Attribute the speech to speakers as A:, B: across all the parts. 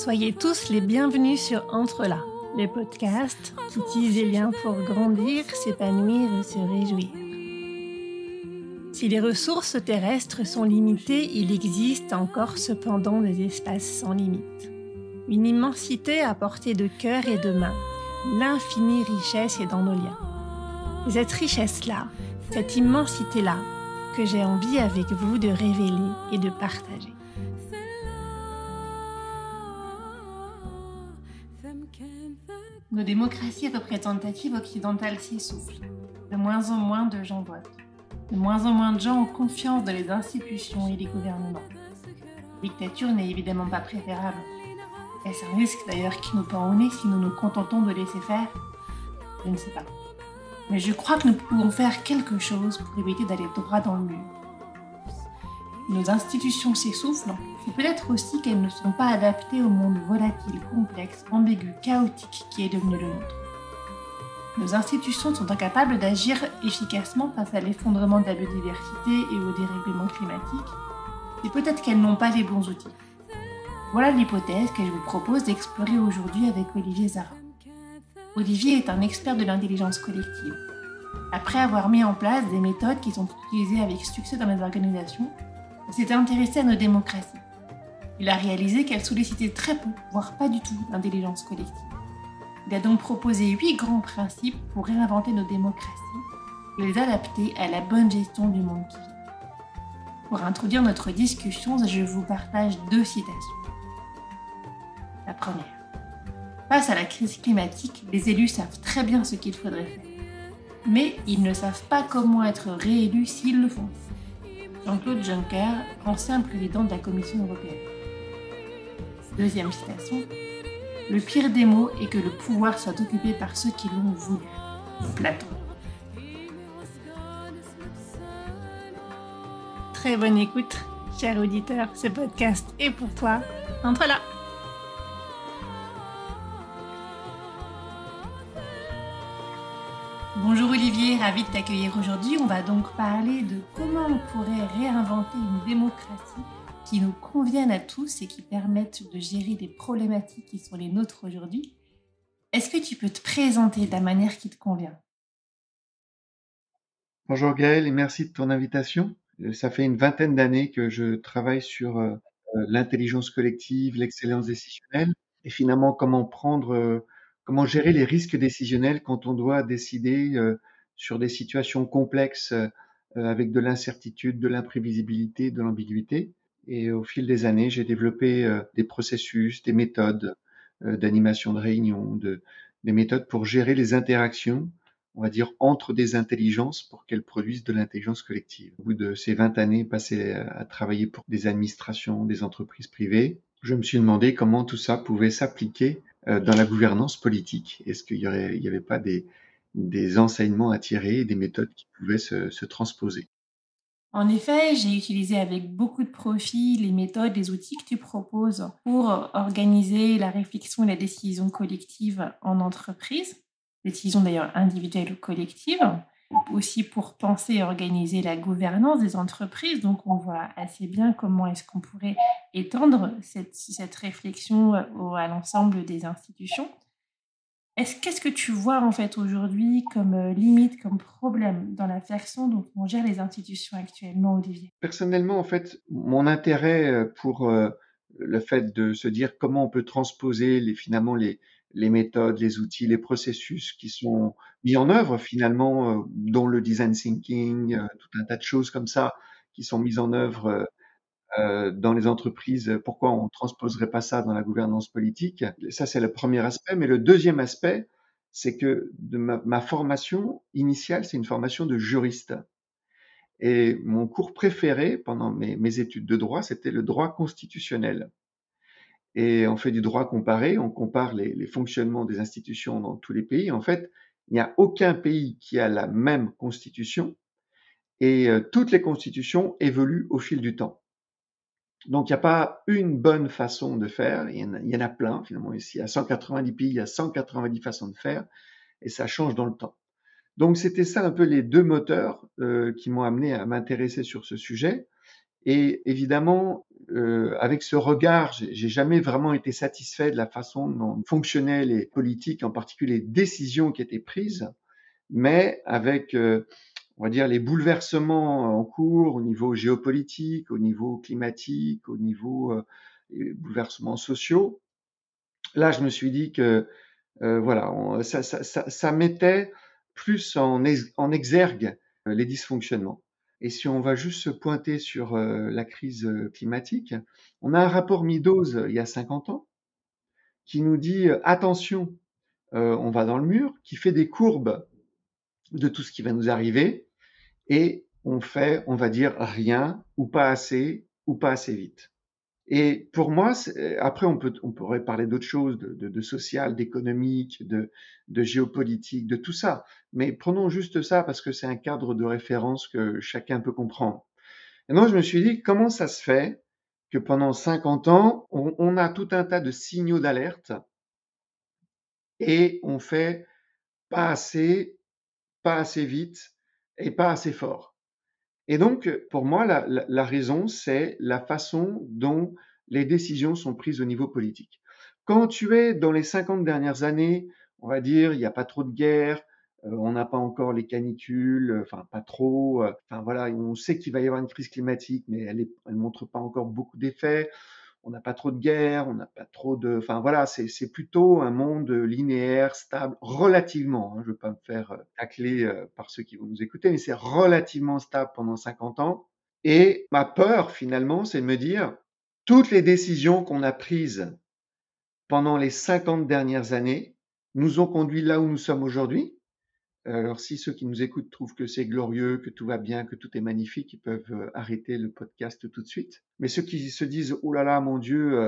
A: Soyez tous les bienvenus sur Entre là, le podcast qui tisse les liens pour grandir, s'épanouir et se réjouir. Si les ressources terrestres sont limitées, il existe encore cependant des espaces sans limite. Une immensité à portée de cœur et de main. L'infinie richesse est dans nos liens. Et cette richesse-là, cette immensité-là, que j'ai envie avec vous de révéler et de partager. Nos démocraties représentatives occidentales s'essoufflent. De moins en moins de gens votent. De moins en moins de gens ont confiance dans les institutions et les gouvernements. La dictature n'est évidemment pas préférable. Est-ce un risque d'ailleurs qui nous pend au nez si nous nous contentons de laisser faire ? Je ne sais pas. Mais je crois que nous pouvons faire quelque chose pour éviter d'aller droit dans le mur. Nos institutions s'essoufflent, c'est peut-être aussi qu'elles ne sont pas adaptées au monde volatile, complexe, ambigu, chaotique qui est devenu le nôtre. Nos institutions sont incapables d'agir efficacement face à l'effondrement de la biodiversité et au dérèglement climatique, et peut-être qu'elles n'ont pas les bons outils. Voilà l'hypothèse que je vous propose d'explorer aujourd'hui avec Olivier Zara. Olivier est un expert de l'intelligence collective. Après avoir mis en place des méthodes qui sont utilisées avec succès dans les organisations, il s'est intéressé à nos démocraties. Il a réalisé qu'elles sollicitaient très peu, voire pas du tout, l'intelligence collective. Il a donc proposé 8 grands principes pour réinventer nos démocraties et les adapter à la bonne gestion du monde qui vit. Pour introduire notre discussion, je vous partage 2 citations. La première. Face à la crise climatique, les élus savent très bien ce qu'il faudrait faire. Mais ils ne savent pas comment être réélus s'ils le font. Jean-Claude Juncker, ancien président de la Commission européenne. Deuxième citation. Le pire des maux est que le pouvoir soit occupé par ceux qui l'ont voulu. Platon. Très bonne écoute, cher auditeur. Ce podcast est pour toi. Entre là. Bonjour Olivier, ravi de t'accueillir aujourd'hui. On va donc parler de comment on pourrait réinventer une démocratie qui nous convienne à tous et qui permette de gérer des problématiques qui sont les nôtres aujourd'hui. Est-ce que tu peux te présenter de la manière qui te convient ?
B: Bonjour Gaël et merci de ton invitation. Ça fait une vingtaine d'années que je travaille sur l'intelligence collective, l'excellence décisionnelle et finalement comment gérer les risques décisionnels quand on doit décider sur des situations complexes avec de l'incertitude, de l'imprévisibilité, de l'ambiguïté. Et au fil des années, j'ai développé des processus, des méthodes d'animation de réunion, des méthodes pour gérer les interactions, on va dire, entre des intelligences pour qu'elles produisent de l'intelligence collective. Au bout de ces 20 années passées à travailler pour des administrations, des entreprises privées, je me suis demandé comment tout ça pouvait s'appliquer dans la gouvernance politique. Est-ce qu'il y avait pas des enseignements à tirer et des méthodes qui pouvaient se transposer?
A: En effet, j'ai utilisé avec beaucoup de profit les méthodes, les outils que tu proposes pour organiser la réflexion et la décision collective en entreprise, décision d'ailleurs individuelle ou collective, aussi pour penser et organiser la gouvernance des entreprises. Donc, on voit assez bien comment est-ce qu'on pourrait étendre cette réflexion à l'ensemble des institutions. Qu'est-ce que tu vois en fait aujourd'hui comme limite, comme problème dans la façon dont on gère les institutions actuellement, Olivier ?
B: Personnellement, en fait, mon intérêt pour le fait de se dire comment on peut transposer finalement les méthodes, les outils, les processus qui sont mis en œuvre finalement, dont le design thinking, tout un tas de choses comme ça qui sont mises en œuvre dans les entreprises. Pourquoi on transposerait pas ça dans la gouvernance politique? Ça, c'est le premier aspect. Mais le deuxième aspect, c'est que de ma formation initiale, c'est une formation de juriste. Et mon cours préféré pendant mes études de droit, c'était le droit constitutionnel. Et on fait du droit comparé, on compare les fonctionnements des institutions dans tous les pays. En fait, il n'y a aucun pays qui a la même constitution et toutes les constitutions évoluent au fil du temps. Donc, il n'y a pas une bonne façon de faire, il y en a plein finalement. Ici, à 190 pays, il y a 190 façons de faire et ça change dans le temps. Donc, c'était ça un peu les 2 moteurs qui m'ont amené à m'intéresser sur ce sujet. Et évidemment, avec ce regard, j'ai jamais vraiment été satisfait de la façon dont fonctionnaient les politiques, en particulier les décisions qui étaient prises, mais avec, on va dire, les bouleversements en cours au niveau géopolitique, au niveau climatique, au niveau les bouleversements sociaux. Là, je me suis dit que voilà, ça mettait plus en exergue les dysfonctionnements. Et si on va juste se pointer sur la crise climatique, on a un rapport Meadows il y a 50 ans qui nous dit attention, on va dans le mur, qui fait des courbes de tout ce qui va nous arriver et on fait, on va dire, rien ou pas assez vite. Et pour moi, après, on pourrait parler d'autres choses, de social, d'économique, de géopolitique, de tout ça. Mais prenons juste ça parce que c'est un cadre de référence que chacun peut comprendre. Et donc, je me suis dit, comment ça se fait que pendant 50 ans, on a tout un tas de signaux d'alerte et on fait pas assez, pas assez vite et pas assez fort. Et donc, pour moi, la raison, c'est la façon dont les décisions sont prises au niveau politique. Quand tu es dans les 50 dernières années, on va dire, il n'y a pas trop de guerre, on n'a pas encore les canicules, enfin pas trop, enfin voilà, on sait qu'il va y avoir une crise climatique, mais elle montre pas encore beaucoup d'effets. On n'a pas trop de guerre, on n'a pas trop de, enfin voilà, c'est plutôt un monde linéaire, stable, relativement. Hein, je ne veux pas me faire tacler par ceux qui vont nous écouter, mais c'est relativement stable pendant 50 ans. Et ma peur finalement, c'est de me dire, toutes les décisions qu'on a prises pendant les 50 dernières années nous ont conduit là où nous sommes aujourd'hui. Alors, si ceux qui nous écoutent trouvent que c'est glorieux, que tout va bien, que tout est magnifique, ils peuvent arrêter le podcast tout de suite. Mais ceux qui se disent, oh là là, mon Dieu,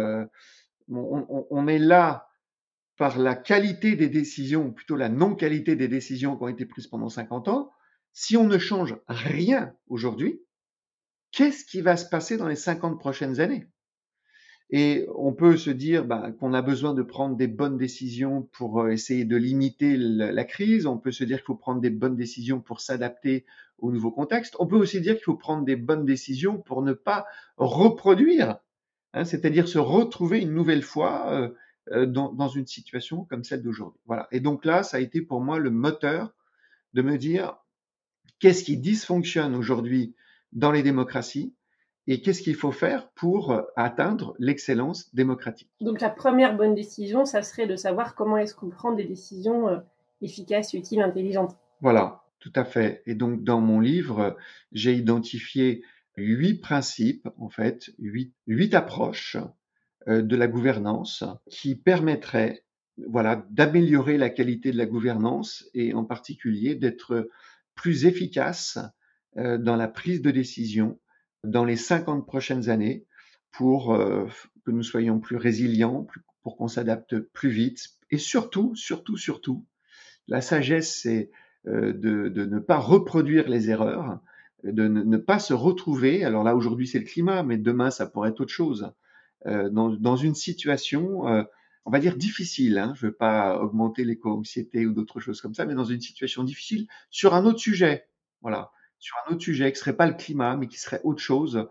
B: on est là par la qualité des décisions, ou plutôt la non-qualité des décisions qui ont été prises pendant 50 ans, si on ne change rien aujourd'hui, qu'est-ce qui va se passer dans les 50 prochaines années? Et on peut se dire qu'on a besoin de prendre des bonnes décisions pour essayer de limiter la crise. On peut se dire qu'il faut prendre des bonnes décisions pour s'adapter au nouveau contexte. On peut aussi dire qu'il faut prendre des bonnes décisions pour ne pas reproduire, hein, c'est-à-dire se retrouver une nouvelle fois dans une situation comme celle d'aujourd'hui. Voilà. Et donc là, ça a été pour moi le moteur de me dire qu'est-ce qui dysfonctionne aujourd'hui dans les démocraties et qu'est-ce qu'il faut faire pour atteindre l'excellence démocratique.
A: Donc la première bonne décision, ça serait de savoir comment est-ce qu'on prend des décisions efficaces, utiles, intelligentes.
B: Voilà, tout à fait. Et donc dans mon livre, j'ai identifié 8 principes, en fait, 8 approches de la gouvernance qui permettraient, voilà, d'améliorer la qualité de la gouvernance et en particulier d'être plus efficace dans la prise de décision dans les 50 prochaines années pour que nous soyons plus résilients, pour qu'on s'adapte plus vite et surtout, la sagesse, c'est de ne pas reproduire les erreurs, de ne pas se retrouver, alors là aujourd'hui c'est le climat, mais demain ça pourrait être autre chose, dans une situation, on va dire difficile, hein, je ne veux pas augmenter l'éco-anxiété ou d'autres choses comme ça, mais dans une situation difficile sur un autre sujet, voilà, sur un autre sujet qui ne serait pas le climat, mais qui serait autre chose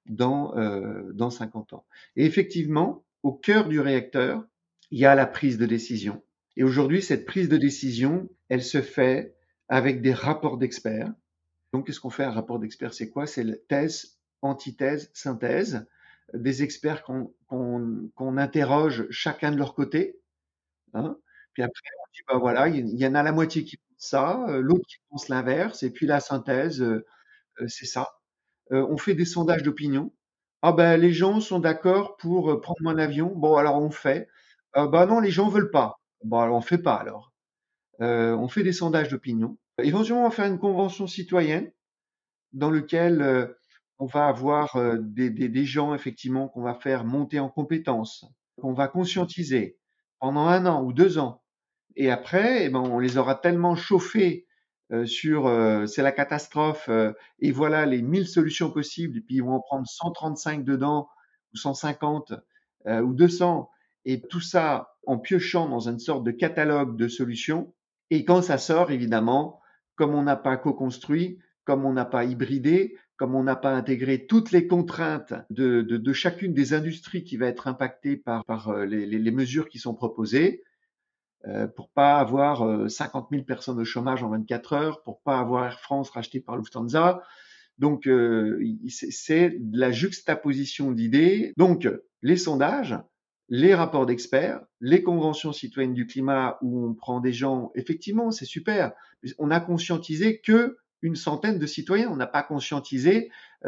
B: dans 50 ans. Et effectivement, au cœur du réacteur, il y a la prise de décision. Et aujourd'hui, cette prise de décision, elle se fait avec des rapports d'experts. Donc, qu'est-ce qu'on fait? Un rapport d'experts, c'est quoi? C'est la thèse, antithèse, synthèse, des experts qu'on interroge chacun de leur côté. Hein. Puis après, on dit, bah voilà, il y en a la moitié qui pense ça, l'autre qui pense l'inverse, et puis la synthèse, c'est ça. On fait des sondages d'opinion. Ah ben, les gens sont d'accord pour prendre mon avion. Bon, alors on fait. Bah non, les gens veulent pas. Bon, alors on fait pas alors. On fait des sondages d'opinion. Éventuellement, on va faire une convention citoyenne dans lequel on va avoir des gens effectivement qu'on va faire monter en compétences, qu'on va conscientiser pendant 1 an ou 2 ans. Et après, eh ben, on les aura tellement chauffés sur c'est la catastrophe et voilà les 1000 solutions possibles, et puis ils vont en prendre 135 dedans, ou 150 ou 200, et tout ça en piochant dans une sorte de catalogue de solutions. Et quand ça sort, évidemment, comme on n'a pas co-construit, comme on n'a pas hybridé, comme on n'a pas intégré toutes les contraintes de chacune des industries qui va être impactée par les mesures qui sont proposées, pour pas avoir 50 000 personnes au chômage en 24 heures, pour pas avoir Air France racheté par Lufthansa. Donc, c'est de la juxtaposition d'idées. Donc, les sondages, les rapports d'experts, les conventions citoyennes du climat où on prend des gens, effectivement, c'est super. On a conscientisé que une centaine de citoyens. On n'a pas conscientisé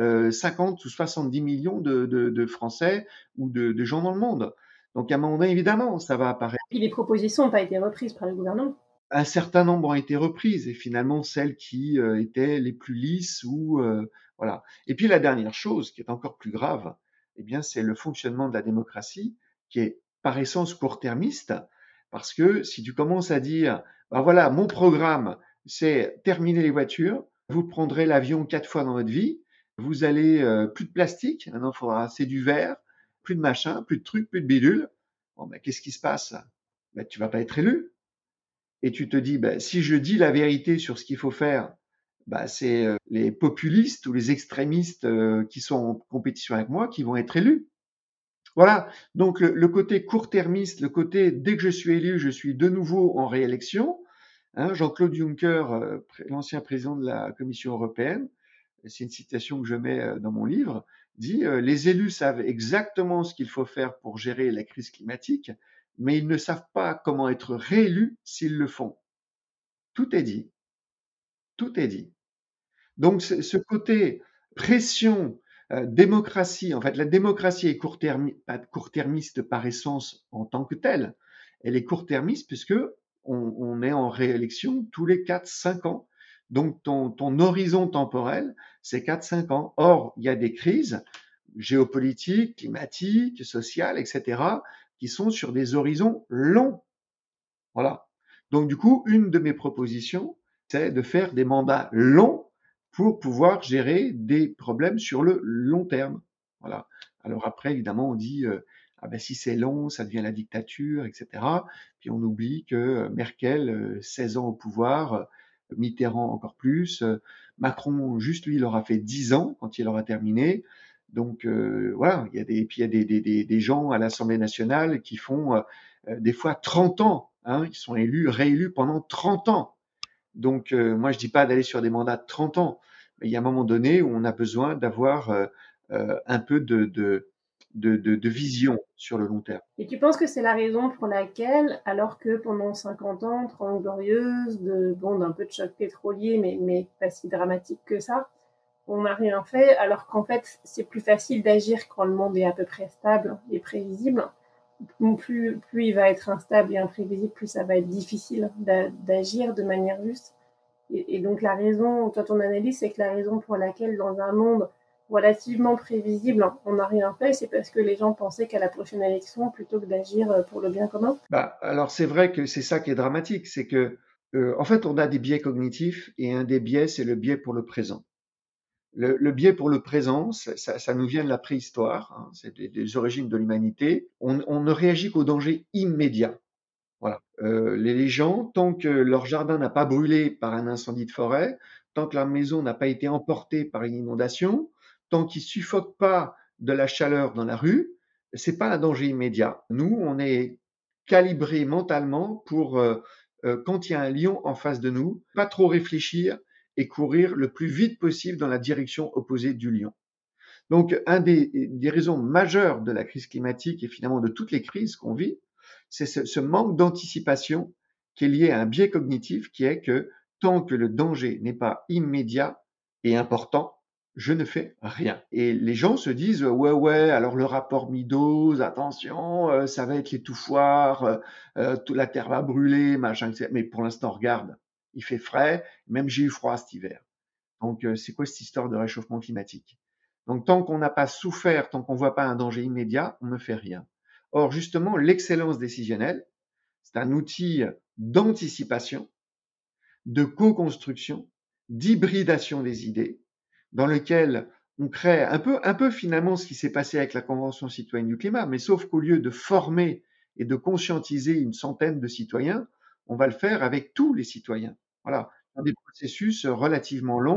B: 50 ou 70 millions de Français ou de gens dans le monde. Donc, à un moment donné, évidemment, ça va apparaître.
A: Puis les propositions n'ont pas été reprises par le gouvernement.
B: Un certain nombre ont été reprises et finalement celles qui étaient les plus lisses ou voilà. Et puis la dernière chose qui est encore plus grave, eh bien c'est le fonctionnement de la démocratie qui est par essence court-termiste parce que si tu commences à dire ben voilà mon programme c'est terminer les voitures, vous prendrez l'avion 4 fois dans votre vie, vous allez plus de plastique, maintenant il faudra c'est du verre, plus de machin, plus de trucs, plus de bidules. Bon ben qu'est-ce qui se passe? Ben tu vas pas être élu et tu te dis, bah, si je dis la vérité sur ce qu'il faut faire, bah, c'est les populistes ou les extrémistes qui sont en compétition avec moi qui vont être élus. Voilà. Donc le côté court-termiste, le côté dès que je suis élu, je suis de nouveau en réélection. Hein, Jean-Claude Juncker, l'ancien président de la Commission européenne, c'est une citation que je mets dans mon livre, dit les élus savent exactement ce qu'il faut faire pour gérer la crise climatique, mais ils ne savent pas comment être réélus s'ils le font. Tout est dit, tout est dit. Donc ce côté pression, démocratie, en fait la démocratie est pas court-termiste par essence en tant que telle. Elle est court-termiste puisque on est en réélection tous les 4-5 ans. Donc ton horizon temporel, c'est 4-5 ans. Or, il y a des crises géopolitiques, climatiques, sociales, etc., qui sont sur des horizons longs. Voilà. Donc du coup, une de mes propositions, c'est de faire des mandats longs pour pouvoir gérer des problèmes sur le long terme. Voilà. Alors après, évidemment, on dit ah ben si c'est long, ça devient la dictature, etc. Puis on oublie que Merkel, 16 ans au pouvoir, Mitterrand encore plus, Macron, juste lui, il aura fait 10 ans quand il aura terminé. Donc voilà, puis il y a des gens à l'Assemblée nationale qui font des fois 30 ans. Hein, ils sont élus, réélus pendant 30 ans. Donc moi, je dis pas d'aller sur des mandats de 30 ans, mais il y a un moment donné où on a besoin d'avoir un peu de vision sur le long terme.
A: Et tu penses que c'est la raison pour laquelle, alors que pendant 50 ans, 30 glorieuses, d'un peu de choc pétrolier, mais pas si dramatique que ça, on n'a rien fait, alors qu'en fait, c'est plus facile d'agir quand le monde est à peu près stable et prévisible. Plus il va être instable et imprévisible, plus ça va être difficile d'agir de manière juste. Et donc la raison, toi ton analyse, c'est que la raison pour laquelle dans un monde relativement prévisible, on n'a rien fait, c'est parce que les gens pensaient qu'à la prochaine élection, plutôt que d'agir pour le bien commun.
B: Bah, alors c'est vrai que c'est ça qui est dramatique, c'est que en fait on a des biais cognitifs et un des biais c'est le biais pour le présent. Le biais pour le présent, ça nous vient de la préhistoire, hein, c'est des origines de l'humanité. On ne réagit qu'au danger immédiat. Voilà. Les gens, tant que leur jardin n'a pas brûlé par un incendie de forêt, tant que leur maison n'a pas été emportée par une inondation, tant qu'ils suffoquent pas de la chaleur dans la rue, c'est pas un danger immédiat. Nous, on est calibré mentalement pour quand il y a un lion en face de nous, pas trop réfléchir et courir le plus vite possible dans la direction opposée du lion. Donc, un des raisons majeures de la crise climatique et finalement de toutes les crises qu'on vit, c'est ce manque d'anticipation qui est lié à un biais cognitif qui est que tant que le danger n'est pas immédiat et important, je ne fais rien. Et les gens se disent ouais, alors le rapport Meadows, attention, ça va être l'étouffoir, toute la terre va brûler, machin, etc. Mais pour l'instant, regarde, il fait frais, même j'ai eu froid cet hiver. Donc, c'est quoi cette histoire de réchauffement climatique? Donc, tant qu'on n'a pas souffert, tant qu'on ne voit pas un danger immédiat, on ne fait rien. Or, justement, l'excellence décisionnelle, c'est un outil d'anticipation, de co-construction, d'hybridation des idées, dans lequel on crée un peu finalement ce qui s'est passé avec la Convention citoyenne du climat, mais sauf qu'au lieu de former et de conscientiser une centaine de citoyens, on va le faire avec tous les citoyens. Voilà, dans des processus relativement longs,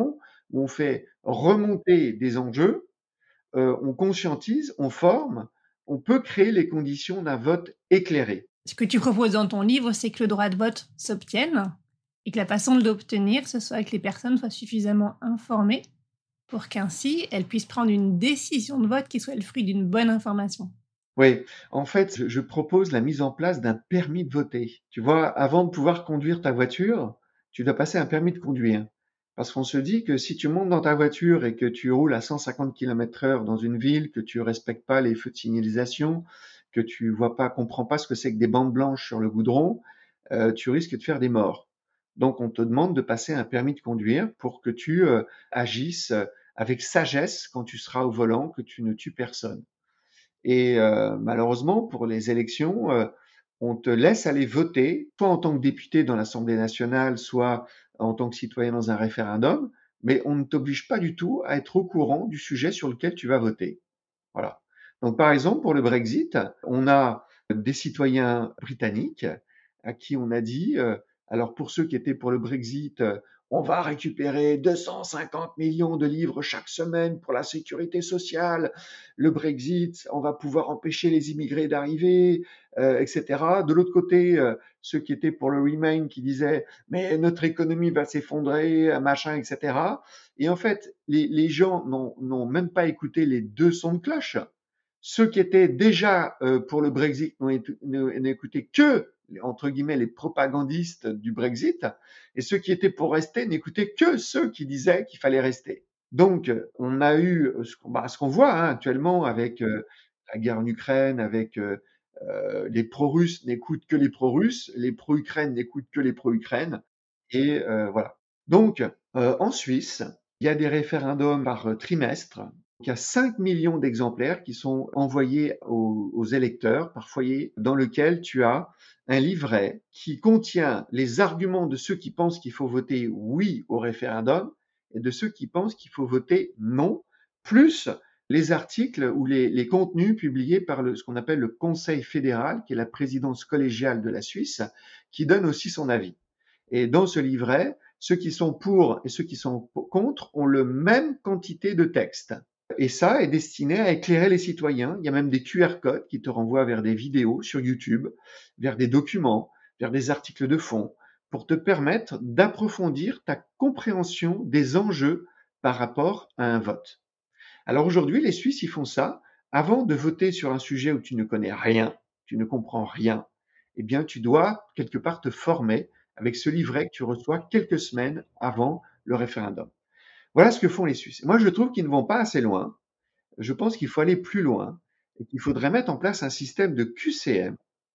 B: où on fait remonter des enjeux, on conscientise, on forme, on peut créer les conditions d'un vote éclairé.
A: Ce que tu proposes dans ton livre, c'est que le droit de vote s'obtienne et que la façon de l'obtenir, ce soit que les personnes soient suffisamment informées pour qu'ainsi elles puissent prendre une décision de vote qui soit le fruit d'une bonne information.
B: Oui, en fait, je propose la mise en place d'un permis de voter. Tu vois, avant de pouvoir conduire ta voiture, tu dois passer un permis de conduire. Parce qu'on se dit que si tu montes dans ta voiture et que tu roules à 150 km/h dans une ville, que tu respectes pas les feux de signalisation, que tu vois pas, comprends pas ce que c'est que des bandes blanches sur le goudron, tu risques de faire des morts. Donc, on te demande de passer un permis de conduire pour que tu agisses avec sagesse quand tu seras au volant, que tu ne tues personne. Et malheureusement, pour les élections, on te laisse aller voter, soit en tant que député dans l'Assemblée nationale, soit en tant que citoyen dans un référendum, mais on ne t'oblige pas du tout à être au courant du sujet sur lequel tu vas voter. Voilà. Donc, par exemple, pour le Brexit, on a des citoyens britanniques à qui on a dit, alors pour ceux qui étaient pour le Brexit, on va récupérer 250 millions de livres chaque semaine pour la sécurité sociale. Le Brexit, on va pouvoir empêcher les immigrés d'arriver, etc. De l'autre côté, ceux qui étaient pour le Remain qui disaient, mais notre économie va s'effondrer, machin, etc. Et en fait, les gens n'ont même pas écouté les deux sons de cloche. Ceux qui étaient déjà pour le Brexit n'ont écouté que, entre guillemets, les propagandistes du Brexit, et ceux qui étaient pour rester n'écoutaient que ceux qui disaient qu'il fallait rester. Donc, on a eu ce qu'on voit hein, actuellement avec la guerre en Ukraine, avec les pro-russes n'écoutent que les pro-russes, les pro-Ukraine n'écoutent que les pro-Ukraine, et voilà. Donc, en Suisse, il y a des référendums par trimestre. Il y a 5 millions d'exemplaires qui sont envoyés aux électeurs par foyer, dans lequel tu as un livret qui contient les arguments de ceux qui pensent qu'il faut voter oui au référendum et de ceux qui pensent qu'il faut voter non, plus les articles ou les contenus publiés par ce qu'on appelle le Conseil fédéral, qui est la présidence collégiale de la Suisse, qui donne aussi son avis. Et dans ce livret, ceux qui sont pour et ceux qui sont contre ont la même quantité de texte. Et ça est destiné à éclairer les citoyens. Il y a même des QR codes qui te renvoient vers des vidéos sur YouTube, vers des documents, vers des articles de fond, pour te permettre d'approfondir ta compréhension des enjeux par rapport à un vote. Alors aujourd'hui, les Suisses, ils font ça. Avant de voter sur un sujet où tu ne connais rien, tu ne comprends rien, eh bien, tu dois quelque part te former avec ce livret que tu reçois quelques semaines avant le référendum. Voilà ce que font les Suisses. Moi, je trouve qu'ils ne vont pas assez loin. Je pense qu'il faut aller plus loin et qu'il faudrait mettre en place un système de QCM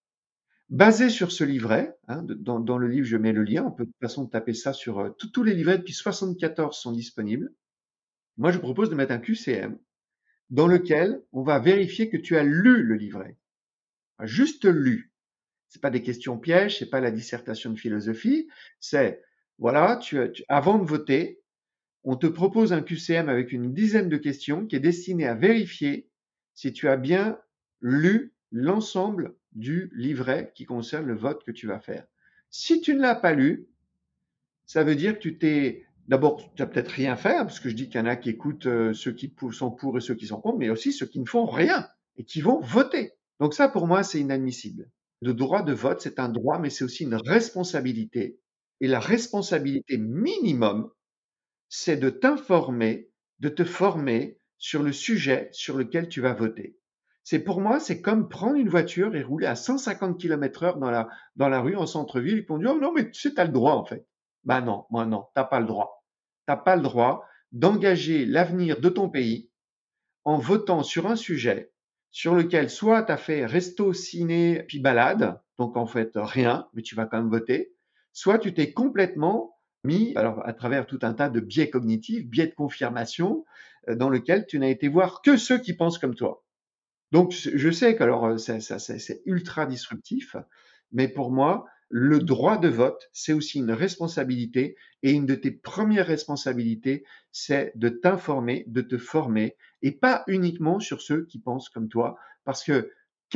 B: basé sur ce livret. Hein, dans le livre, je mets le lien. On peut de toute façon taper ça sur tous les livrets depuis 74 sont disponibles. Moi, je propose de mettre un QCM dans lequel on va vérifier que tu as lu le livret. Juste lu. C'est pas des questions pièges, c'est pas la dissertation de philosophie, c'est, voilà, avant de voter, on te propose un QCM avec une dizaine de questions qui est destiné à vérifier si tu as bien lu l'ensemble du livret qui concerne le vote que tu vas faire. Si tu ne l'as pas lu, ça veut dire que d'abord, tu n'as peut-être rien fait, hein, parce que je dis qu'il y en a qui écoutent ceux qui sont pour et ceux qui sont contre, mais aussi ceux qui ne font rien et qui vont voter. Donc ça, pour moi, c'est inadmissible. Le droit de vote, c'est un droit, mais c'est aussi une responsabilité. Et la responsabilité minimum, c'est de t'informer, de te former sur le sujet sur lequel tu vas voter. C'est pour moi, c'est comme prendre une voiture et rouler à 150 km/h dans la rue en centre-ville et qu'on dit, oh non, mais tu sais, t'as le droit, en fait. Ben non, moi non, t'as pas le droit. T'as pas le droit d'engager l'avenir de ton pays en votant sur un sujet sur lequel soit tu as fait resto, ciné, puis balade, donc en fait rien, mais tu vas quand même voter, soit tu t'es complètement mis, alors à travers tout un tas de biais cognitifs, biais de confirmation, dans lequel tu n'as été voir que ceux qui pensent comme toi. Donc je sais que alors c'est ultra disruptif, mais pour moi, le droit de vote, c'est aussi une responsabilité et une de tes premières responsabilités, c'est de t'informer, de te former et pas uniquement sur ceux qui pensent comme toi parce que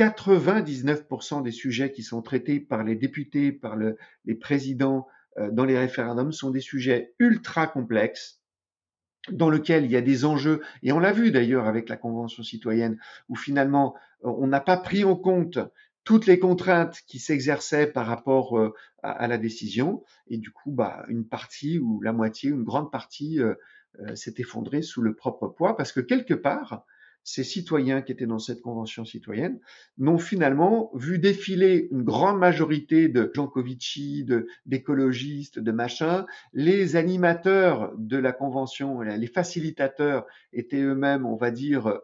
B: 99% des sujets qui sont traités par les députés, par les présidents dans les référendums sont des sujets ultra complexes dans lequel il y a des enjeux, et on l'a vu d'ailleurs avec la Convention citoyenne, où finalement on n'a pas pris en compte toutes les contraintes qui s'exerçaient par rapport à la décision, et du coup, une partie ou la moitié, une grande partie s'est effondrée sous le propre poids, parce que quelque part, ces citoyens qui étaient dans cette Convention citoyenne n'ont finalement vu défiler une grande majorité de Jancovici, d'écologistes, de machins. Les animateurs de la convention, les facilitateurs étaient eux-mêmes, on va dire,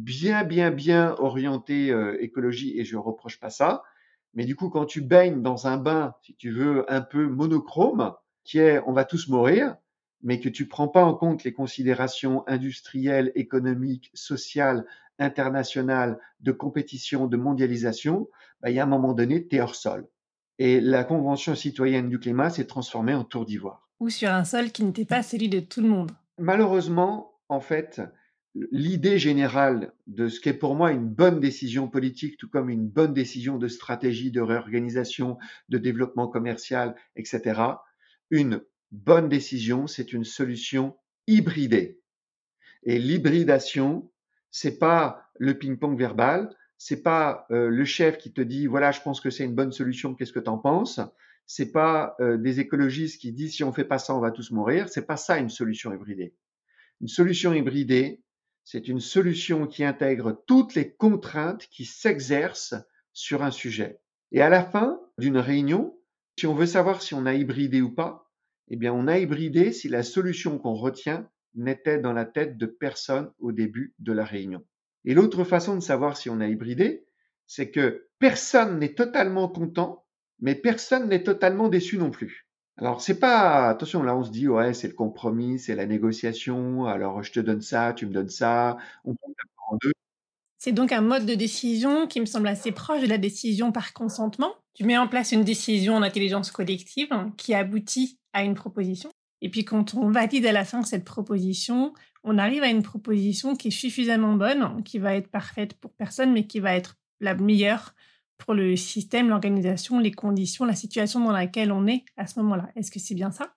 B: bien orientés écologie, et je ne reproche pas ça. Mais du coup, quand tu baignes dans un bain, si tu veux, un peu monochrome, qui est on va tous mourir, mais que tu prends pas en compte les considérations industrielles, économiques, sociales, internationales, de compétition, de mondialisation, il y a un moment donné, tu es hors sol. Et la Convention citoyenne du climat s'est transformée en tour d'ivoire.
A: Ou sur un sol qui n'était pas celui de tout le monde.
B: Malheureusement, en fait, l'idée générale de ce qui est pour moi une bonne décision politique, tout comme une bonne décision de stratégie, de réorganisation, de développement commercial, etc., une bonne décision, c'est une solution hybridée. Et l'hybridation, c'est pas le ping-pong verbal, c'est pas le chef qui te dit voilà, je pense que c'est une bonne solution, qu'est-ce que tu en penses? C'est pas des écologistes qui disent si on fait pas ça, on va tous mourir. C'est pas ça une solution hybridée. Une solution hybridée, c'est une solution qui intègre toutes les contraintes qui s'exercent sur un sujet. Et à la fin d'une réunion, si on veut savoir si on a hybridé ou pas, eh bien, on a hybridé si la solution qu'on retient n'était dans la tête de personne au début de la réunion. Et l'autre façon de savoir si on a hybridé, c'est que personne n'est totalement content, mais personne n'est totalement déçu non plus. Alors, c'est pas, attention, là, on se dit, ouais, c'est le compromis, c'est la négociation, alors je te donne ça, tu me donnes ça, on compte en deux.
A: C'est donc un mode de décision qui me semble assez proche de la décision par consentement. Tu mets en place une décision en intelligence collective qui aboutit à une proposition. Et puis quand on valide à la fin cette proposition, on arrive à une proposition qui est suffisamment bonne, qui va être parfaite pour personne, mais qui va être la meilleure pour le système, l'organisation, les conditions, la situation dans laquelle on est à ce moment-là. Est-ce que c'est bien ça?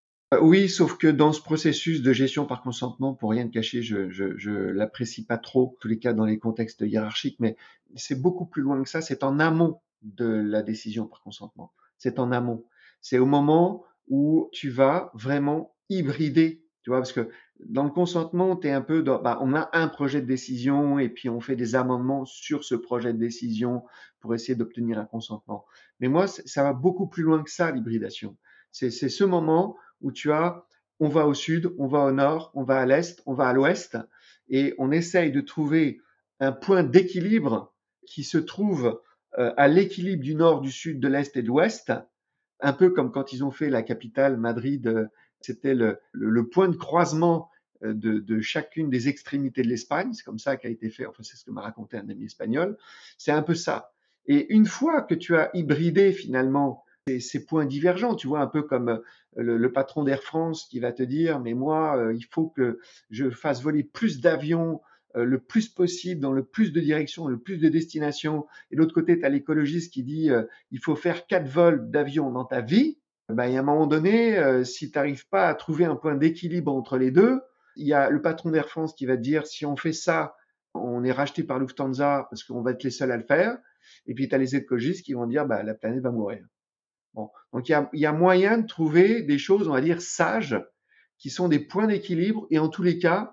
B: Oui, sauf que dans ce processus de gestion par consentement, pour rien te cacher, je l'apprécie pas trop, en tous les cas dans les contextes hiérarchiques, mais c'est beaucoup plus loin que ça, c'est en amont de la décision par consentement. C'est en amont. C'est au moment où tu vas vraiment hybrider, tu vois, parce que dans le consentement, tu es un peu dans, on a un projet de décision et puis on fait des amendements sur ce projet de décision pour essayer d'obtenir un consentement. Mais moi, ça va beaucoup plus loin que ça, l'hybridation. C'est ce moment où tu as, on va au sud, on va au nord, on va à l'est, on va à l'ouest, et on essaye de trouver un point d'équilibre qui se trouve à l'équilibre du nord, du sud, de l'est et de l'ouest, un peu comme quand ils ont fait la capitale, Madrid, c'était le point de croisement de chacune des extrémités de l'Espagne, c'est comme ça qu'a été fait, enfin c'est ce que m'a raconté un ami espagnol, c'est un peu ça. Et une fois que tu as hybridé finalement ces points divergents, tu vois, un peu comme le patron d'Air France qui va te dire, mais moi, il faut que je fasse voler plus d'avions le plus possible, dans le plus de directions, le plus de destinations. Et de l'autre côté, tu as l'écologiste qui dit, il faut faire 4 vols d'avion dans ta vie. Il y a un moment donné, si tu n'arrives pas à trouver un point d'équilibre entre les deux, il y a le patron d'Air France qui va te dire, si on fait ça, on est racheté par Lufthansa parce qu'on va être les seuls à le faire. Et puis, tu as les écologistes qui vont dire, la planète va mourir. Bon. Donc, il y a moyen de trouver des choses, on va dire, sages, qui sont des points d'équilibre, et en tous les cas,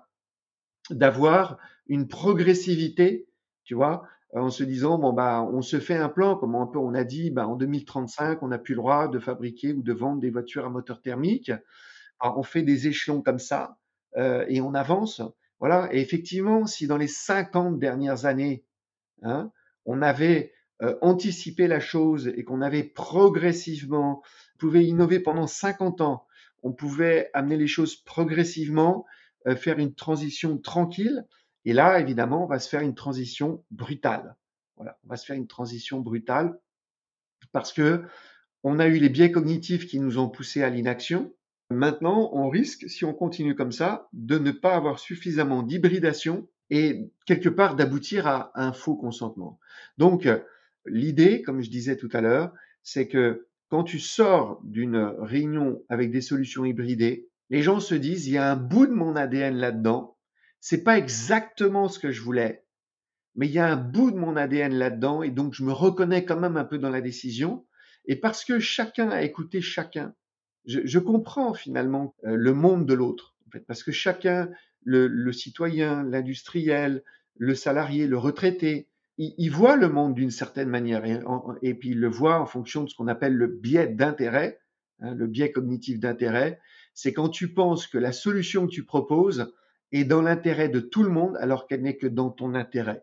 B: d'avoir une progressivité, tu vois, en se disant, on se fait un plan, comme un peu on a dit, en 2035, on n'a plus le droit de fabriquer ou de vendre des voitures à moteur thermique. Alors, on fait des échelons comme ça, et on avance. Voilà. Et effectivement, si dans les 50 dernières années, hein, on avait anticipé la chose et qu'on avait progressivement, on pouvait innover pendant 50 ans, on pouvait amener les choses progressivement, faire une transition tranquille. Et là, évidemment, on va se faire une transition brutale. Voilà, on va se faire une transition brutale parce que on a eu les biais cognitifs qui nous ont poussés à l'inaction. Maintenant, on risque, si on continue comme ça, de ne pas avoir suffisamment d'hybridation et quelque part d'aboutir à un faux consentement. Donc, l'idée, comme je disais tout à l'heure, c'est que quand tu sors d'une réunion avec des solutions hybridées, Les gens se disent, il y a un bout de mon ADN là-dedans. C'est pas exactement ce que je voulais, mais il y a un bout de mon ADN là-dedans et donc je me reconnais quand même un peu dans la décision. Et parce que chacun a écouté chacun, je comprends finalement le monde de l'autre, en fait, parce que chacun, le citoyen, l'industriel, le salarié, le retraité, il voit le monde d'une certaine manière et puis il le voit en fonction de ce qu'on appelle le biais d'intérêt, hein, le biais cognitif d'intérêt. C'est quand tu penses que la solution que tu proposes est dans l'intérêt de tout le monde alors qu'elle n'est que dans ton intérêt.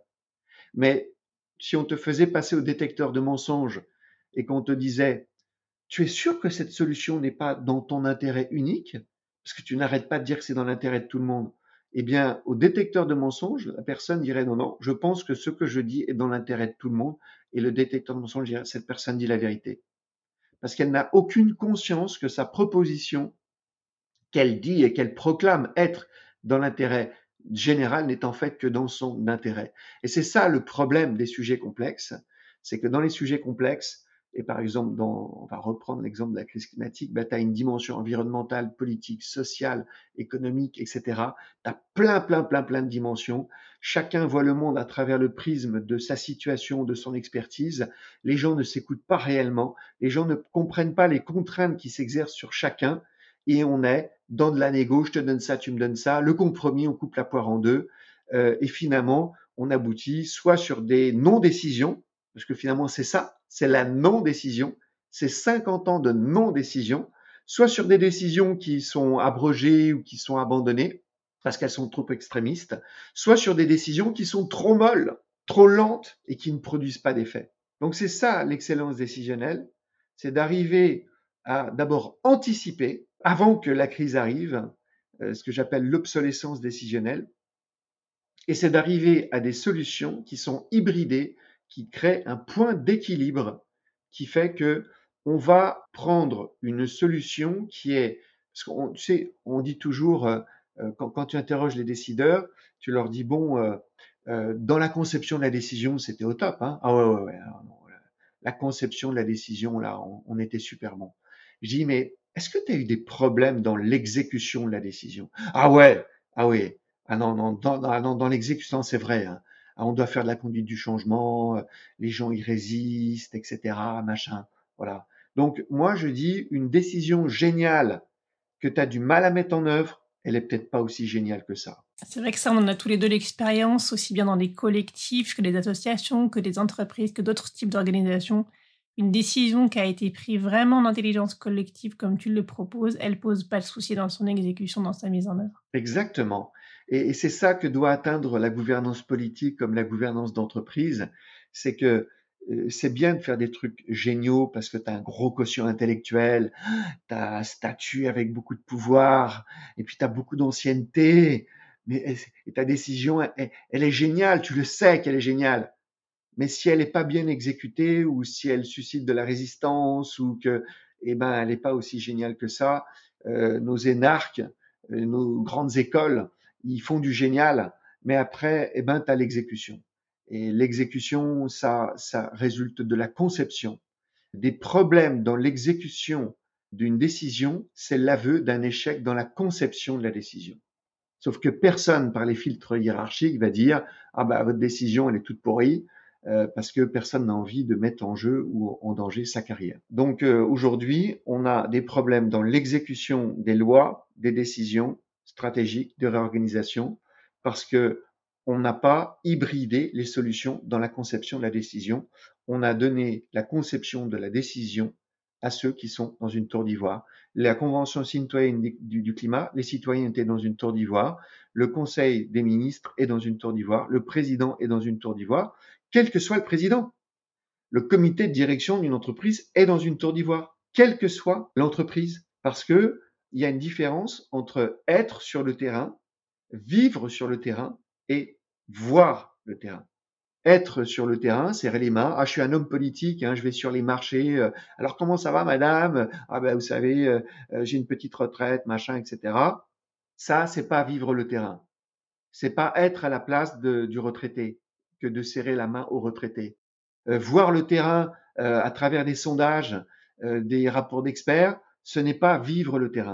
B: Mais si on te faisait passer au détecteur de mensonges et qu'on te disait, tu es sûr que cette solution n'est pas dans ton intérêt unique, parce que tu n'arrêtes pas de dire que c'est dans l'intérêt de tout le monde, eh bien, au détecteur de mensonges, la personne dirait non, non, je pense que ce que je dis est dans l'intérêt de tout le monde, et le détecteur de mensonges dirait, cette personne dit la vérité. Parce qu'elle n'a aucune conscience que sa proposition qu'elle dit et qu'elle proclame être dans l'intérêt général n'est en fait que dans son intérêt. Et c'est ça le problème des sujets complexes, c'est que dans les sujets complexes, et par exemple, on va reprendre l'exemple de la crise climatique, bah, tu as une dimension environnementale, politique, sociale, économique, etc. Tu as plein de dimensions. Chacun voit le monde à travers le prisme de sa situation, de son expertise. Les gens ne s'écoutent pas réellement. Les gens ne comprennent pas les contraintes qui s'exercent sur chacun. Et on est dans de la négo, je te donne ça, tu me donnes ça, le compromis, on coupe la poire en deux, et finalement, on aboutit soit sur des non-décisions, parce que finalement c'est ça, c'est la non-décision, c'est 50 ans de non-décision, soit sur des décisions qui sont abrogées ou qui sont abandonnées, parce qu'elles sont trop extrémistes, soit sur des décisions qui sont trop molles, trop lentes et qui ne produisent pas d'effet. Donc c'est ça l'excellence décisionnelle, c'est d'arriver à d'abord anticiper, avant que la crise arrive, ce que j'appelle l'obsolescence décisionnelle, et c'est d'arriver à des solutions qui sont hybridées, qui créent un point d'équilibre qui fait que on va prendre une solution qui est, parce qu'on, tu sais, on dit toujours, quand tu interroges les décideurs, tu leur dis, bon, dans la conception de la décision, c'était au top, hein. Ah ouais, la conception de la décision, là, on était super bon. Je dis, mais est-ce que tu as eu des problèmes dans l'exécution de la décision? Ah ouais, ah oui, ah non, non, dans l'exécution, c'est vrai, hein. Ah, on doit faire de la conduite du changement, les gens y résistent, etc., machin. Voilà. Donc, moi, je dis, une décision géniale que tu as du mal à mettre en œuvre, elle est peut-être pas aussi géniale que ça.
A: C'est vrai que ça, on en a tous les deux l'expérience, aussi bien dans les collectifs que les associations, que les entreprises, que d'autres types d'organisations. Une décision qui a été prise vraiment en intelligence collective, comme tu le proposes, elle pose pas de souci dans son exécution, dans sa mise en œuvre.
B: Exactement. Et c'est ça que doit atteindre la gouvernance politique comme la gouvernance d'entreprise. C'est que c'est bien de faire des trucs géniaux parce que tu as un gros quotient intellectuel, tu as un statut avec beaucoup de pouvoir, et puis tu as beaucoup d'ancienneté, mais et ta décision, elle est géniale, tu le sais qu'elle est géniale. Mais si elle n'est pas bien exécutée ou si elle suscite de la résistance ou que, eh ben, elle n'est pas aussi géniale que ça, nos énarques, nos grandes écoles, ils font du génial, mais après, eh ben, tu as l'exécution. Et l'exécution, ça résulte de la conception. Des problèmes dans l'exécution d'une décision, c'est l'aveu d'un échec dans la conception de la décision. Sauf que personne, par les filtres hiérarchiques, va dire ah bah votre décision elle est toute pourrie parce que personne n'a envie de mettre en jeu ou en danger sa carrière. Donc aujourd'hui, on a des problèmes dans l'exécution des lois, des décisions stratégiques de réorganisation parce que on n'a pas hybridé les solutions dans la conception de la décision. On a donné la conception de la décision à ceux qui sont dans une tour d'ivoire. La Convention citoyenne du climat, les citoyens étaient dans une tour d'ivoire, le Conseil des ministres est dans une tour d'ivoire, le président est dans une tour d'ivoire, quel que soit le président. Le comité de direction d'une entreprise est dans une tour d'ivoire, quelle que soit l'entreprise, parce que il y a une différence entre être sur le terrain, vivre sur le terrain et voir le terrain. Être sur le terrain, serrer les mains. Ah, je suis un homme politique, hein, je vais sur les marchés. Alors comment ça va, madame? Ah ben, vous savez, j'ai une petite retraite, machin, etc. Ça, c'est pas vivre le terrain. C'est pas être à la place du retraité que de serrer la main au retraité. Voir le terrain à travers des sondages, des rapports d'experts, ce n'est pas vivre le terrain.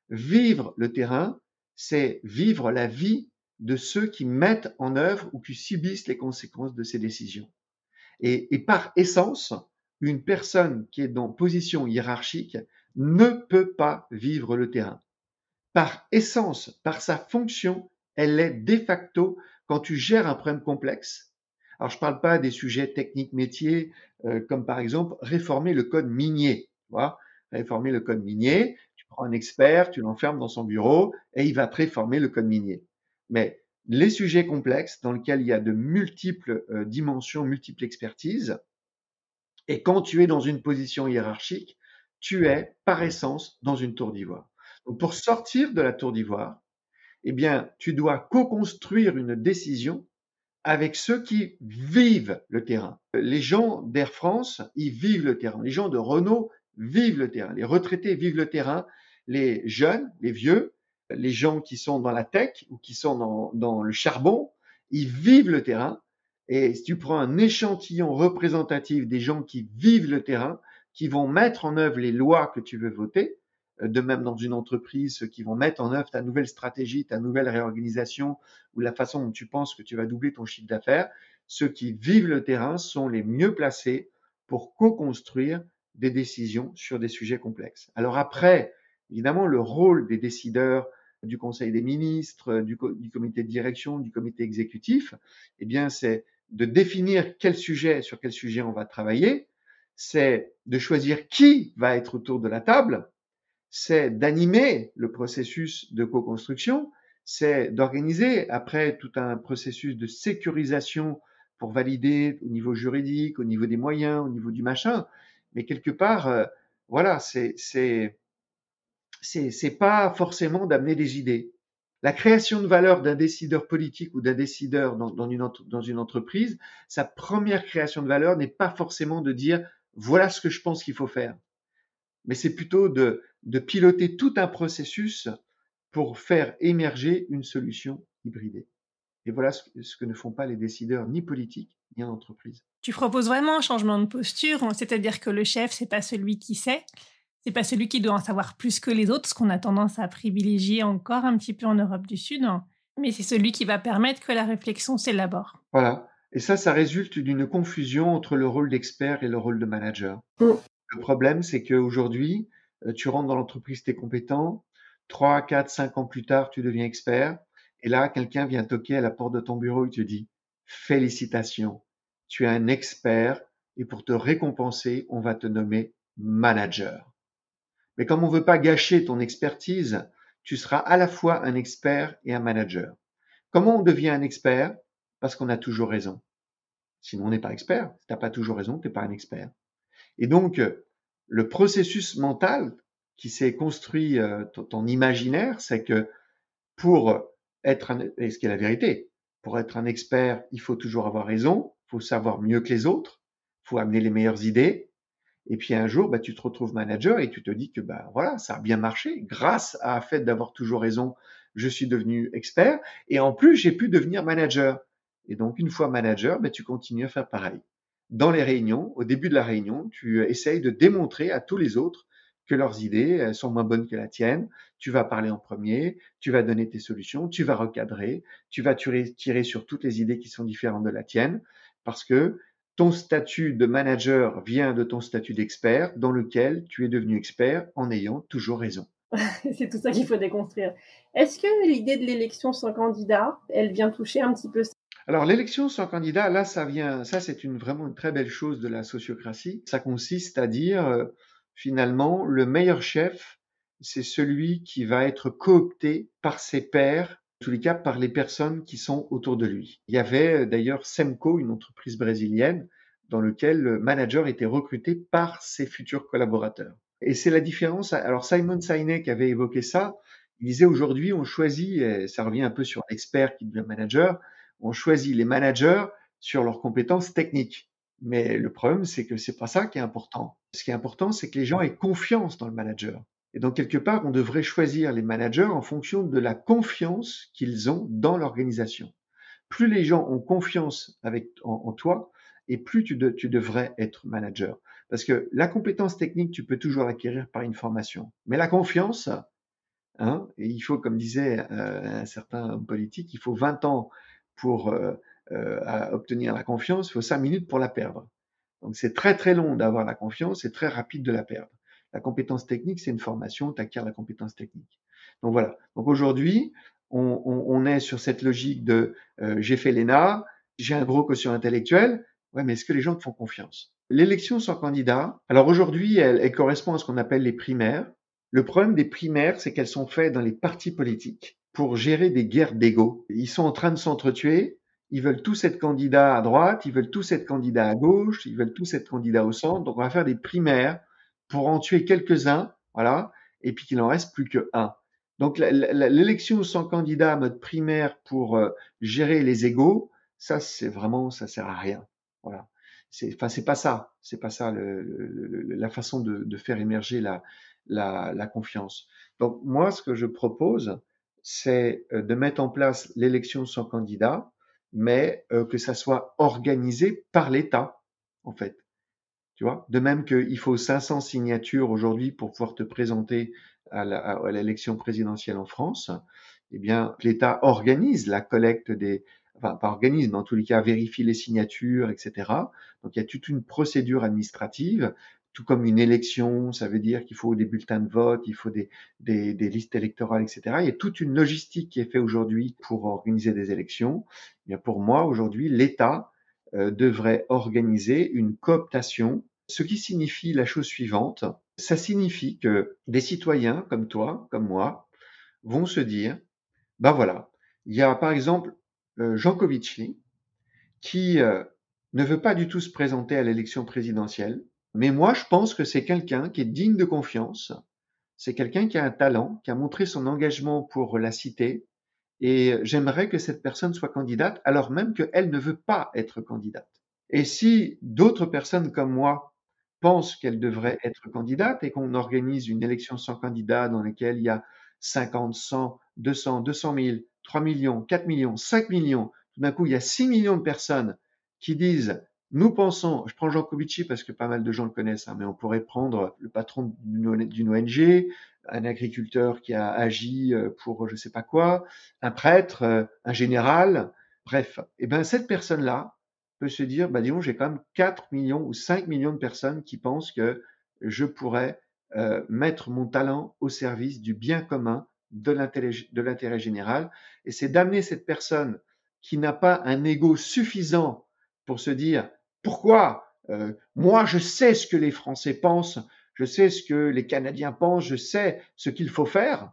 B: Vivre le terrain, c'est vivre la vie de ceux qui mettent en œuvre ou qui subissent les conséquences de ces décisions. Et par essence, une personne qui est dans position hiérarchique ne peut pas vivre le terrain. Par essence, par sa fonction, elle est de facto, quand tu gères un problème complexe. Alors, je ne parle pas des sujets techniques métiers, comme par exemple réformer le code minier. Tu vois, réformer le code minier, tu prends un expert, tu l'enfermes dans son bureau et il va te réformer le code minier. Mais les sujets complexes dans lesquels il y a de multiples dimensions, multiples expertises, et quand tu es dans une position hiérarchique, tu es par essence dans une tour d'ivoire. Donc pour sortir de la tour d'ivoire, eh bien, tu dois co-construire une décision avec ceux qui vivent le terrain. Les gens d'Air France, ils vivent le terrain. Les gens de Renault vivent le terrain. Les retraités vivent le terrain. Les jeunes, les vieux, les gens qui sont dans la tech ou qui sont dans le charbon, ils vivent le terrain. Et si tu prends un échantillon représentatif des gens qui vivent le terrain, qui vont mettre en œuvre les lois que tu veux voter, de même dans une entreprise, ceux qui vont mettre en œuvre ta nouvelle stratégie, ta nouvelle réorganisation ou la façon dont tu penses que tu vas doubler ton chiffre d'affaires, ceux qui vivent le terrain sont les mieux placés pour co-construire des décisions sur des sujets complexes. Alors après, évidemment, le rôle des décideurs du Conseil des ministres, du comité de direction, du comité exécutif, eh bien, c'est de définir sur quel sujet on va travailler, c'est de choisir qui va être autour de la table, c'est d'animer le processus de co-construction, c'est d'organiser après tout un processus de sécurisation pour valider au niveau juridique, au niveau des moyens, au niveau du machin. Mais quelque part, voilà, c'est pas forcément d'amener des idées. La création de valeur d'un décideur politique ou d'un décideur dans une entreprise, sa première création de valeur n'est pas forcément de dire voilà ce que je pense qu'il faut faire, mais c'est plutôt de piloter tout un processus pour faire émerger une solution hybridée. Et voilà ce que ne font pas les décideurs ni politiques ni en entreprise.
A: Tu proposes vraiment un changement de posture, c'est-à-dire que le chef, c'est pas celui qui sait, c'est pas celui qui doit en savoir plus que les autres, ce qu'on a tendance à privilégier encore un petit peu en Europe du Sud, mais c'est celui qui va permettre que la réflexion s'élabore.
B: Voilà. Et ça résulte d'une confusion entre le rôle d'expert et le rôle de manager. Le problème, c'est qu'aujourd'hui, tu rentres dans l'entreprise, tu es compétent, 3, 4, 5 ans plus tard, tu deviens expert, et là, quelqu'un vient toquer à la porte de ton bureau et te dit, félicitations, tu es un expert, et pour te récompenser, on va te nommer manager. Mais comme on veut pas gâcher ton expertise, tu seras à la fois un expert et un manager. Comment on devient un expert? Parce qu'on a toujours raison. Sinon, on n'est pas expert. Si tu n'as pas toujours raison, tu n'es pas un expert. Et donc, le processus mental qui s'est construit, ton imaginaire, c'est que pour être et ce qui est la vérité, pour être un expert, il faut toujours avoir raison, il faut savoir mieux que les autres, il faut amener les meilleures idées. Et puis un jour, tu te retrouves manager et tu te dis que voilà, ça a bien marché. Grâce à la fait d'avoir toujours raison, je suis devenu expert et en plus, j'ai pu devenir manager. Et donc, une fois manager, tu continues à faire pareil. Dans les réunions, au début de la réunion, tu essayes de démontrer à tous les autres que leurs idées sont moins bonnes que la tienne. Tu vas parler en premier, tu vas donner tes solutions, tu vas recadrer, tu vas tirer sur toutes les idées qui sont différentes de la tienne parce que ton statut de manager vient de ton statut d'expert dans lequel tu es devenu expert en ayant toujours raison.
A: C'est tout ça qu'il faut déconstruire. Est-ce que l'idée de l'élection sans candidat, elle vient toucher un petit peu ça?
B: Alors l'élection sans candidat, là, ça c'est vraiment une très belle chose de la sociocratie. Ça consiste à dire, finalement, le meilleur chef, c'est celui qui va être coopté par ses pairs, en tous les cas par les personnes qui sont autour de lui. Il y avait d'ailleurs Semco, une entreprise brésilienne, dans laquelle le manager était recruté par ses futurs collaborateurs. Et c'est la différence. Alors Simon Sinek avait évoqué ça. Il disait aujourd'hui, on choisit, et ça revient un peu sur l'expert qui devient manager, on choisit les managers sur leurs compétences techniques. Mais le problème, c'est que c'est pas ça qui est important. Ce qui est important, c'est que les gens aient confiance dans le manager. Et donc, quelque part, on devrait choisir les managers en fonction de la confiance qu'ils ont dans l'organisation. Plus les gens ont confiance en toi, et plus tu devrais être manager. Parce que la compétence technique, tu peux toujours l'acquérir par une formation. Mais la confiance, hein. Et il faut, comme disait un certain homme politique, il faut 20 ans pour obtenir la confiance, il faut 5 minutes pour la perdre. Donc c'est très très long d'avoir la confiance et très rapide de la perdre. La compétence technique, c'est une formation, tu acquiers la compétence technique. Donc voilà. Donc aujourd'hui, on est sur cette logique de j'ai fait l'ENA, j'ai un gros quotient intellectuel. Ouais, mais est-ce que les gens te font confiance? L'élection sans candidat, alors aujourd'hui, elle correspond à ce qu'on appelle les primaires. Le problème des primaires, c'est qu'elles sont faites dans les partis politiques pour gérer des guerres d'ego. Ils sont en train de s'entretuer. Ils veulent tous être candidats à droite, ils veulent tous être candidats à gauche, ils veulent tous être candidats au centre. Donc on va faire des primaires pour en tuer quelques-uns, voilà, et puis qu'il en reste plus que un. Donc l'élection sans candidat mode primaire pour gérer les égos, ça c'est vraiment, ça sert à rien. Voilà. Enfin, c'est pas ça. C'est pas ça la façon de faire émerger la confiance. Donc moi, ce que je propose, c'est de mettre en place l'élection sans candidat, mais que ça soit organisé par l'État, en fait. Tu vois? De même qu'il faut 500 signatures aujourd'hui pour pouvoir te présenter à l'élection présidentielle en France, eh bien, l'État organise la collecte des, enfin, pas organise, mais en tous les cas vérifie les signatures, etc. Donc, il y a toute une procédure administrative, tout comme une élection, ça veut dire qu'il faut des bulletins de vote, il faut des listes électorales, etc. Il y a toute une logistique qui est faite aujourd'hui pour organiser des élections. Eh bien, pour moi, aujourd'hui, l'État devrait organiser une cooptation, ce qui signifie la chose suivante. Ça signifie que des citoyens comme toi, comme moi, vont se dire, ben voilà, il y a par exemple Jean Covici qui ne veut pas du tout se présenter à l'élection présidentielle, mais moi je pense que c'est quelqu'un qui est digne de confiance, c'est quelqu'un qui a un talent, qui a montré son engagement pour la cité, et j'aimerais que cette personne soit candidate alors même qu'elle ne veut pas être candidate. Et si d'autres personnes comme moi pensent qu'elle devrait être candidate et qu'on organise une élection sans candidat dans laquelle il y a 50, 100, 200, 200 000, 3 millions, 4 millions, 5 millions, tout d'un coup il y a 6 millions de personnes qui disent nous pensons, je prends Jean Covici parce que pas mal de gens le connaissent, hein, mais on pourrait prendre le patron d'une ONG, un agriculteur qui a agi pour je sais pas quoi, un prêtre, un général, bref. Et ben cette personne-là, peut se dire, bah, disons, j'ai quand même 4 millions ou 5 millions de personnes qui pensent que je pourrais mettre mon talent au service du bien commun, de l'intérêt général. Et c'est d'amener cette personne qui n'a pas un ego suffisant pour se dire, pourquoi moi, je sais ce que les Français pensent, je sais ce que les Canadiens pensent, je sais ce qu'il faut faire.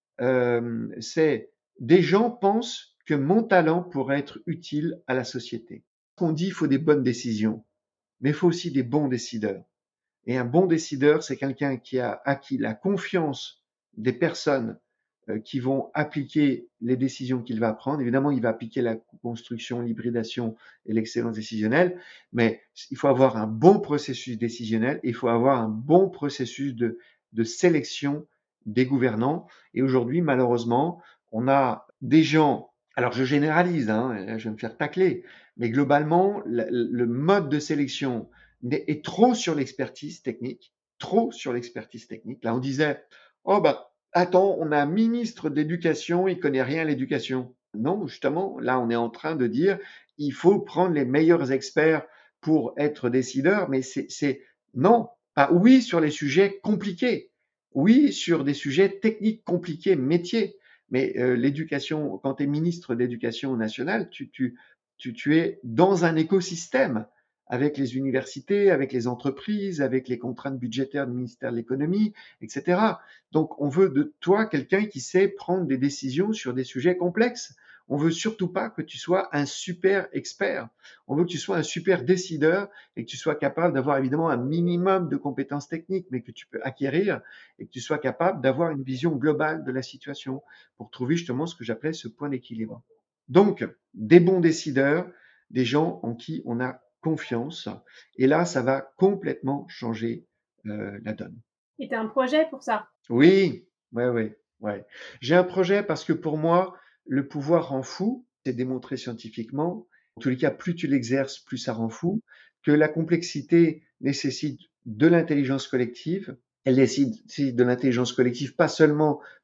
B: C'est des gens pensent que mon talent pourrait être utile à la société. Qu'on dit, il faut des bonnes décisions, mais il faut aussi des bons décideurs. Et un bon décideur, c'est quelqu'un qui a acquis la confiance des personnes qui vont appliquer les décisions qu'il va prendre. Évidemment, il va appliquer la construction, l'hybridation et l'excellence décisionnelle, mais il faut avoir un bon processus décisionnel et il faut avoir un bon processus de sélection des gouvernants. Et aujourd'hui, malheureusement, on a des gens, alors je généralise, hein, je vais me faire tacler, mais globalement, le mode de sélection est trop sur l'expertise technique, trop sur l'expertise technique. Là, on disait, oh bah, attends, on a un ministre de l'éducation, il connaît rien à l'éducation. Non, justement, là, on est en train de dire, il faut prendre les meilleurs experts pour être décideur, mais non, pas oui sur les sujets compliqués, oui sur des sujets techniques compliqués, métiers. Mais l'éducation, quand tu es ministre d'éducation nationale, tu es dans un écosystème avec les universités, avec les entreprises, avec les contraintes budgétaires du ministère de l'économie, etc. Donc, on veut de toi quelqu'un qui sait prendre des décisions sur des sujets complexes. On veut surtout pas que tu sois un super expert. On veut que tu sois un super décideur et que tu sois capable d'avoir évidemment un minimum de compétences techniques, mais que tu peux acquérir et que tu sois capable d'avoir une vision globale de la situation pour trouver justement ce que j'appelais ce point d'équilibre. Donc, des bons décideurs, des gens en qui on a confiance. Et là, ça va complètement changer la donne.
A: Et tu as un projet pour ça?
B: Oui, ouais. J'ai un projet parce que pour moi, le pouvoir rend fou. C'est démontré scientifiquement. En tous les cas, plus tu l'exerces, plus ça rend fou. Que la complexité nécessite de l'intelligence collective. Elle nécessite de l'intelligence collective, pas seulement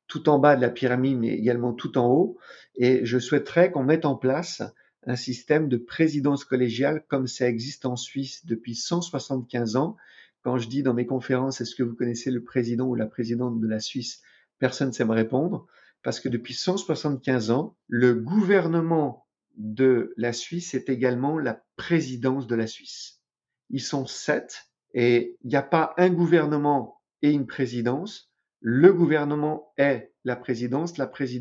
B: tout en bas de la pyramide, mais également tout en haut. Et je souhaiterais qu'on mette en place un système de présidence collégiale comme ça existe en Suisse depuis 175 ans. Quand je dis dans mes conférences, est-ce que vous connaissez le président ou la présidente de la Suisse? Personne ne sait me répondre parce que depuis 175 ans, le gouvernement de la Suisse est également la présidence de la Suisse. Ils sont 7 et il n'y a pas un gouvernement et une présidence. Le gouvernement est la présidence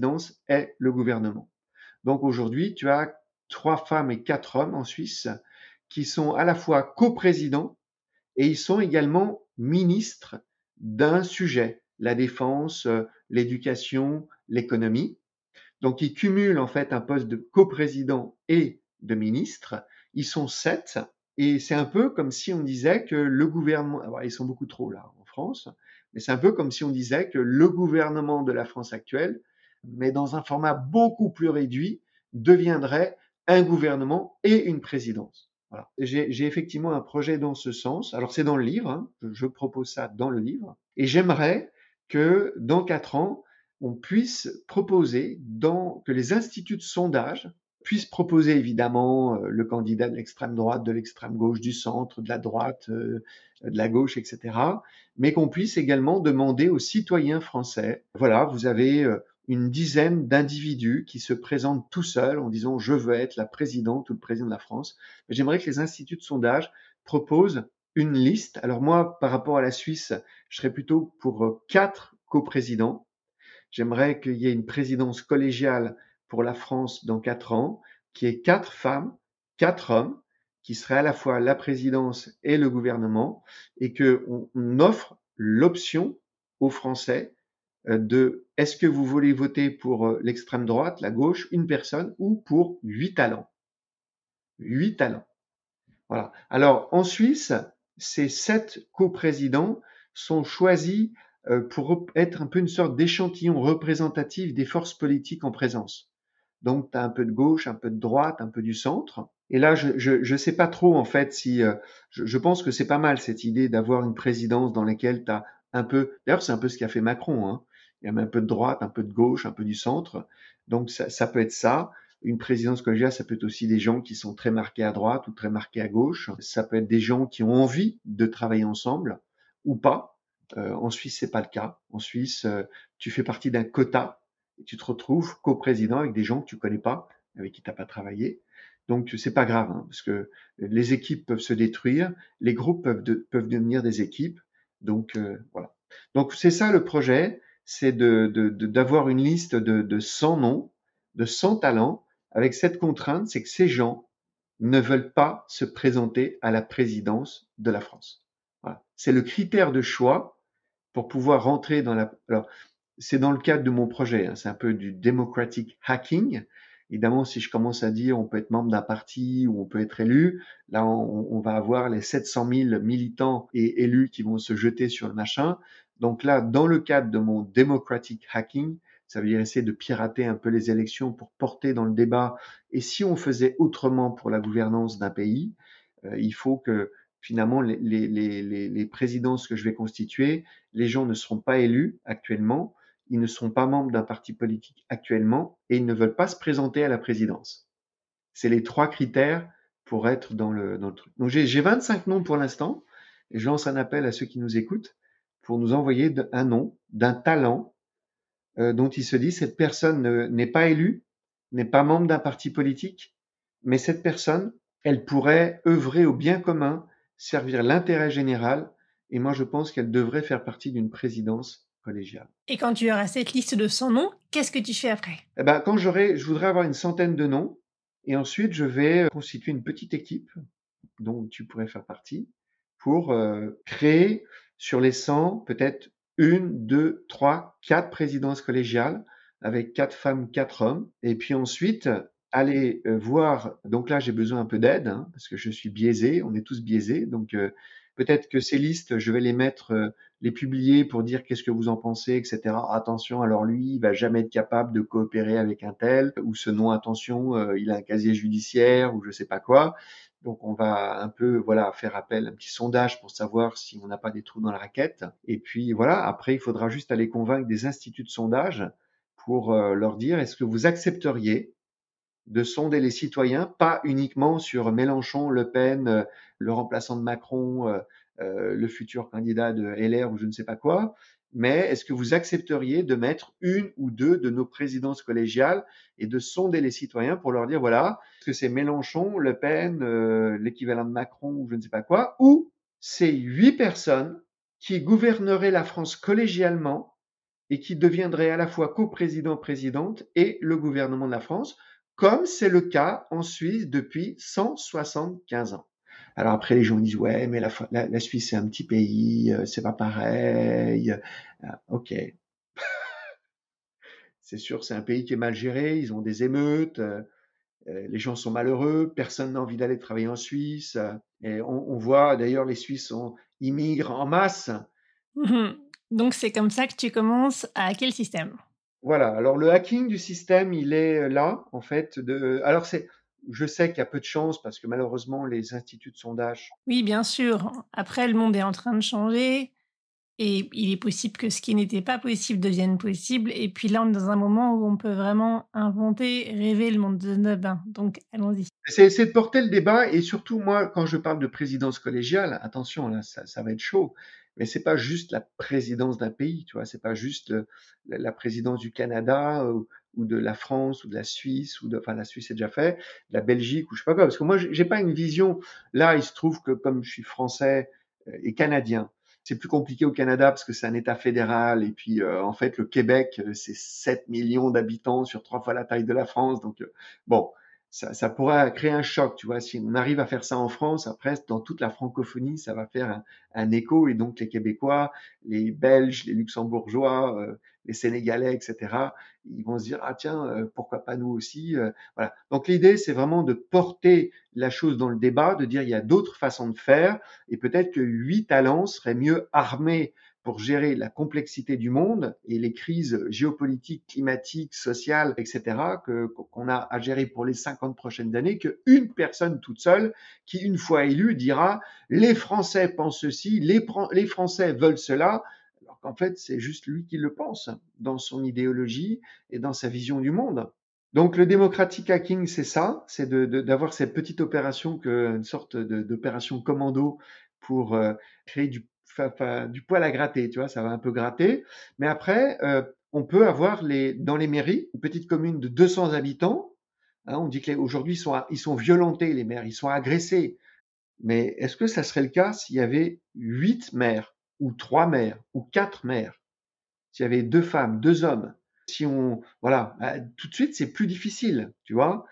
B: est le gouvernement. Donc aujourd'hui, tu as 3 femmes et 4 hommes en Suisse qui sont à la fois coprésidents et ils sont également ministres d'un sujet, la défense, l'éducation, l'économie. Donc ils cumulent en fait un poste de coprésident et de ministre. Ils sont 7 et c'est un peu comme si on disait que le gouvernement, alors ils sont beaucoup trop là en France, mais c'est un peu comme si on disait que le gouvernement de la France actuelle, mais dans un format beaucoup plus réduit, deviendrait un gouvernement et une présidence. Voilà. J'ai effectivement un projet dans ce sens. Alors c'est dans le livre, hein, je propose ça dans le livre, et j'aimerais que dans 4 ans, on puisse proposer que les instituts de sondage puissent proposer évidemment le candidat de l'extrême droite, de l'extrême gauche, du centre, de la droite, de la gauche, etc. Mais qu'on puisse également demander aux citoyens français, voilà, vous avez une dizaine d'individus qui se présentent tout seuls en disant je veux être la présidente ou le président de la France. J'aimerais que les instituts de sondage proposent une liste. Alors moi, par rapport à la Suisse, je serais plutôt pour 4 coprésidents. J'aimerais qu'il y ait une présidence collégiale pour la France dans 4 ans, qui ait 4 femmes, 4 hommes, qui seraient à la fois la présidence et le gouvernement, et qu'on offre l'option aux Français de est-ce que vous voulez voter pour l'extrême droite, la gauche, une personne, ou pour 8 talents. 8 talents. Voilà. Alors en Suisse, ces 7 coprésidents sont choisis pour être un peu une sorte d'échantillon représentatif des forces politiques en présence. Donc, tu as un peu de gauche, un peu de droite, un peu du centre. Et là, je sais pas trop, en fait, si... je pense que c'est pas mal, cette idée d'avoir une présidence dans laquelle tu as un peu... D'ailleurs, c'est un peu ce qu'a fait Macron. Hein. Il y a un peu de droite, un peu de gauche, un peu du centre. Donc, ça peut être ça. Une présidence collégiale, ça peut être aussi des gens qui sont très marqués à droite ou très marqués à gauche. Ça peut être des gens qui ont envie de travailler ensemble ou pas. En Suisse, c'est pas le cas. En Suisse, tu fais partie d'un quota et tu te retrouves coprésident avec des gens que tu connais pas, avec qui tu n'as pas travaillé. Donc c'est pas grave, hein, parce que les équipes peuvent se détruire, les groupes peuvent devenir des équipes. Donc voilà. Donc c'est ça le projet, c'est d'avoir une liste de 100 noms, de 100 talents, avec cette contrainte, c'est que ces gens ne veulent pas se présenter à la présidence de la France. Voilà. C'est le critère de choix pour pouvoir rentrer dans la... Alors, c'est dans le cadre de mon projet, hein, c'est un peu du democratic hacking. Évidemment, si je commence à dire on peut être membre d'un parti ou on peut être élu, là on va avoir les 700 000 militants et élus qui vont se jeter sur le machin. Donc là, dans le cadre de mon democratic hacking, ça veut dire essayer de pirater un peu les élections pour porter dans le débat. Et si on faisait autrement pour la gouvernance d'un pays, il faut que finalement les présidences que je vais constituer, les gens ne seront pas élus actuellement, ils ne sont pas membres d'un parti politique actuellement et ils ne veulent pas se présenter à la présidence. C'est les 3 critères pour être dans le truc. Donc j'ai 25 noms pour l'instant et je lance un appel à ceux qui nous écoutent pour nous envoyer un nom d'un talent dont ils se disent cette personne n'est pas élue, n'est pas membre d'un parti politique, mais cette personne, elle pourrait œuvrer au bien commun, servir l'intérêt général et moi je pense qu'elle devrait faire partie d'une présidence collégiale.
A: Et quand tu auras cette liste de 100 noms, qu'est-ce que tu fais après?
B: Eh ben, je voudrais avoir une centaine de noms et ensuite je vais constituer une petite équipe dont tu pourrais faire partie pour créer sur les 100 peut-être 1, 2, 3, 4 présidences collégiales avec 4 femmes, 4 hommes et puis ensuite aller voir, donc là j'ai besoin un peu d'aide hein, parce que je suis biaisé, on est tous biaisés, donc peut-être que ces listes, je vais les mettre, les publier pour dire qu'est-ce que vous en pensez, etc. Attention, alors lui, il va jamais être capable de coopérer avec un tel, ou ce non, attention, il a un casier judiciaire, ou je sais pas quoi. Donc on va un peu voilà faire appel à un petit sondage pour savoir si on n'a pas des trous dans la raquette. Et puis voilà, après il faudra juste aller convaincre des instituts de sondage pour leur dire est-ce que vous accepteriez de sonder les citoyens, pas uniquement sur Mélenchon, Le Pen, le remplaçant de Macron, le futur candidat de LR ou je ne sais pas quoi, mais est-ce que vous accepteriez de mettre une ou deux de nos présidences collégiales et de sonder les citoyens pour leur dire voilà, est-ce que c'est Mélenchon, Le Pen, l'équivalent de Macron ou je ne sais pas quoi, ou c'est 8 personnes qui gouverneraient la France collégialement et qui deviendraient à la fois coprésident, présidente et le gouvernement de la France, comme c'est le cas en Suisse depuis 175 ans. Alors après, les gens disent ouais, mais la Suisse c'est un petit pays, c'est pas pareil. Ok, c'est sûr, c'est un pays qui est mal géré, ils ont des émeutes, les gens sont malheureux, personne n'a envie d'aller travailler en Suisse. Et on voit d'ailleurs les Suisses immigrent en masse.
A: Mhm. Donc c'est comme ça que tu commences à hacker le système.
B: Voilà, alors le hacking du système, il est là, en fait. Alors je sais qu'il y a peu de chance parce que malheureusement, les instituts de sondage.
A: Oui, bien sûr. Après, le monde est en train de changer et il est possible que ce qui n'était pas possible devienne possible. Et puis là, on est dans un moment où on peut vraiment inventer, rêver le monde de demain. Donc, allons-y.
B: C'est de porter le débat et surtout, moi, quand je parle de présidence collégiale, attention, là, ça va être chaud, mais c'est pas juste la présidence d'un pays, tu vois, c'est pas juste la présidence du Canada ou de la France ou de la Suisse enfin la Suisse c'est déjà fait, de la Belgique ou je sais pas quoi, parce que moi j'ai pas une vision. Là, il se trouve que comme je suis français et canadien, c'est plus compliqué au Canada parce que c'est un État fédéral et puis en fait le Québec c'est 7 millions d'habitants sur 3 fois la taille de la France, donc bon ça pourrait créer un choc, tu vois. Si on arrive à faire ça en France, après, dans toute la francophonie, ça va faire un écho. Et donc, les Québécois, les Belges, les Luxembourgeois, les Sénégalais, etc., ils vont se dire, ah tiens, pourquoi pas nous aussi voilà. Donc, l'idée, c'est vraiment de porter la chose dans le débat, de dire, il y a d'autres façons de faire. Et peut-être que 8 talents seraient mieux armés pour gérer la complexité du monde et les crises géopolitiques, climatiques, sociales, etc., qu'on a à gérer pour les 50 prochaines années, qu'une personne toute seule qui, une fois élue, dira les Français pensent ceci, les Français veulent cela, alors qu'en fait, c'est juste lui qui le pense dans son idéologie et dans sa vision du monde. Donc le democratic hacking, c'est ça, c'est d'avoir cette petite opération, une sorte d'opération commando pour créer du poil à gratter, tu vois, ça va un peu gratter. Mais après, on peut avoir dans les mairies, une petite commune de 200 habitants. Hein, on dit qu'aujourd'hui, ils sont violentés, les maires, ils sont agressés. Mais est-ce que ça serait le cas s'il y avait 8 maires, ou 3 maires, ou 4 maires? S'il y avait 2 femmes, 2 hommes? Si voilà, tout de suite, c'est plus difficile, tu vois,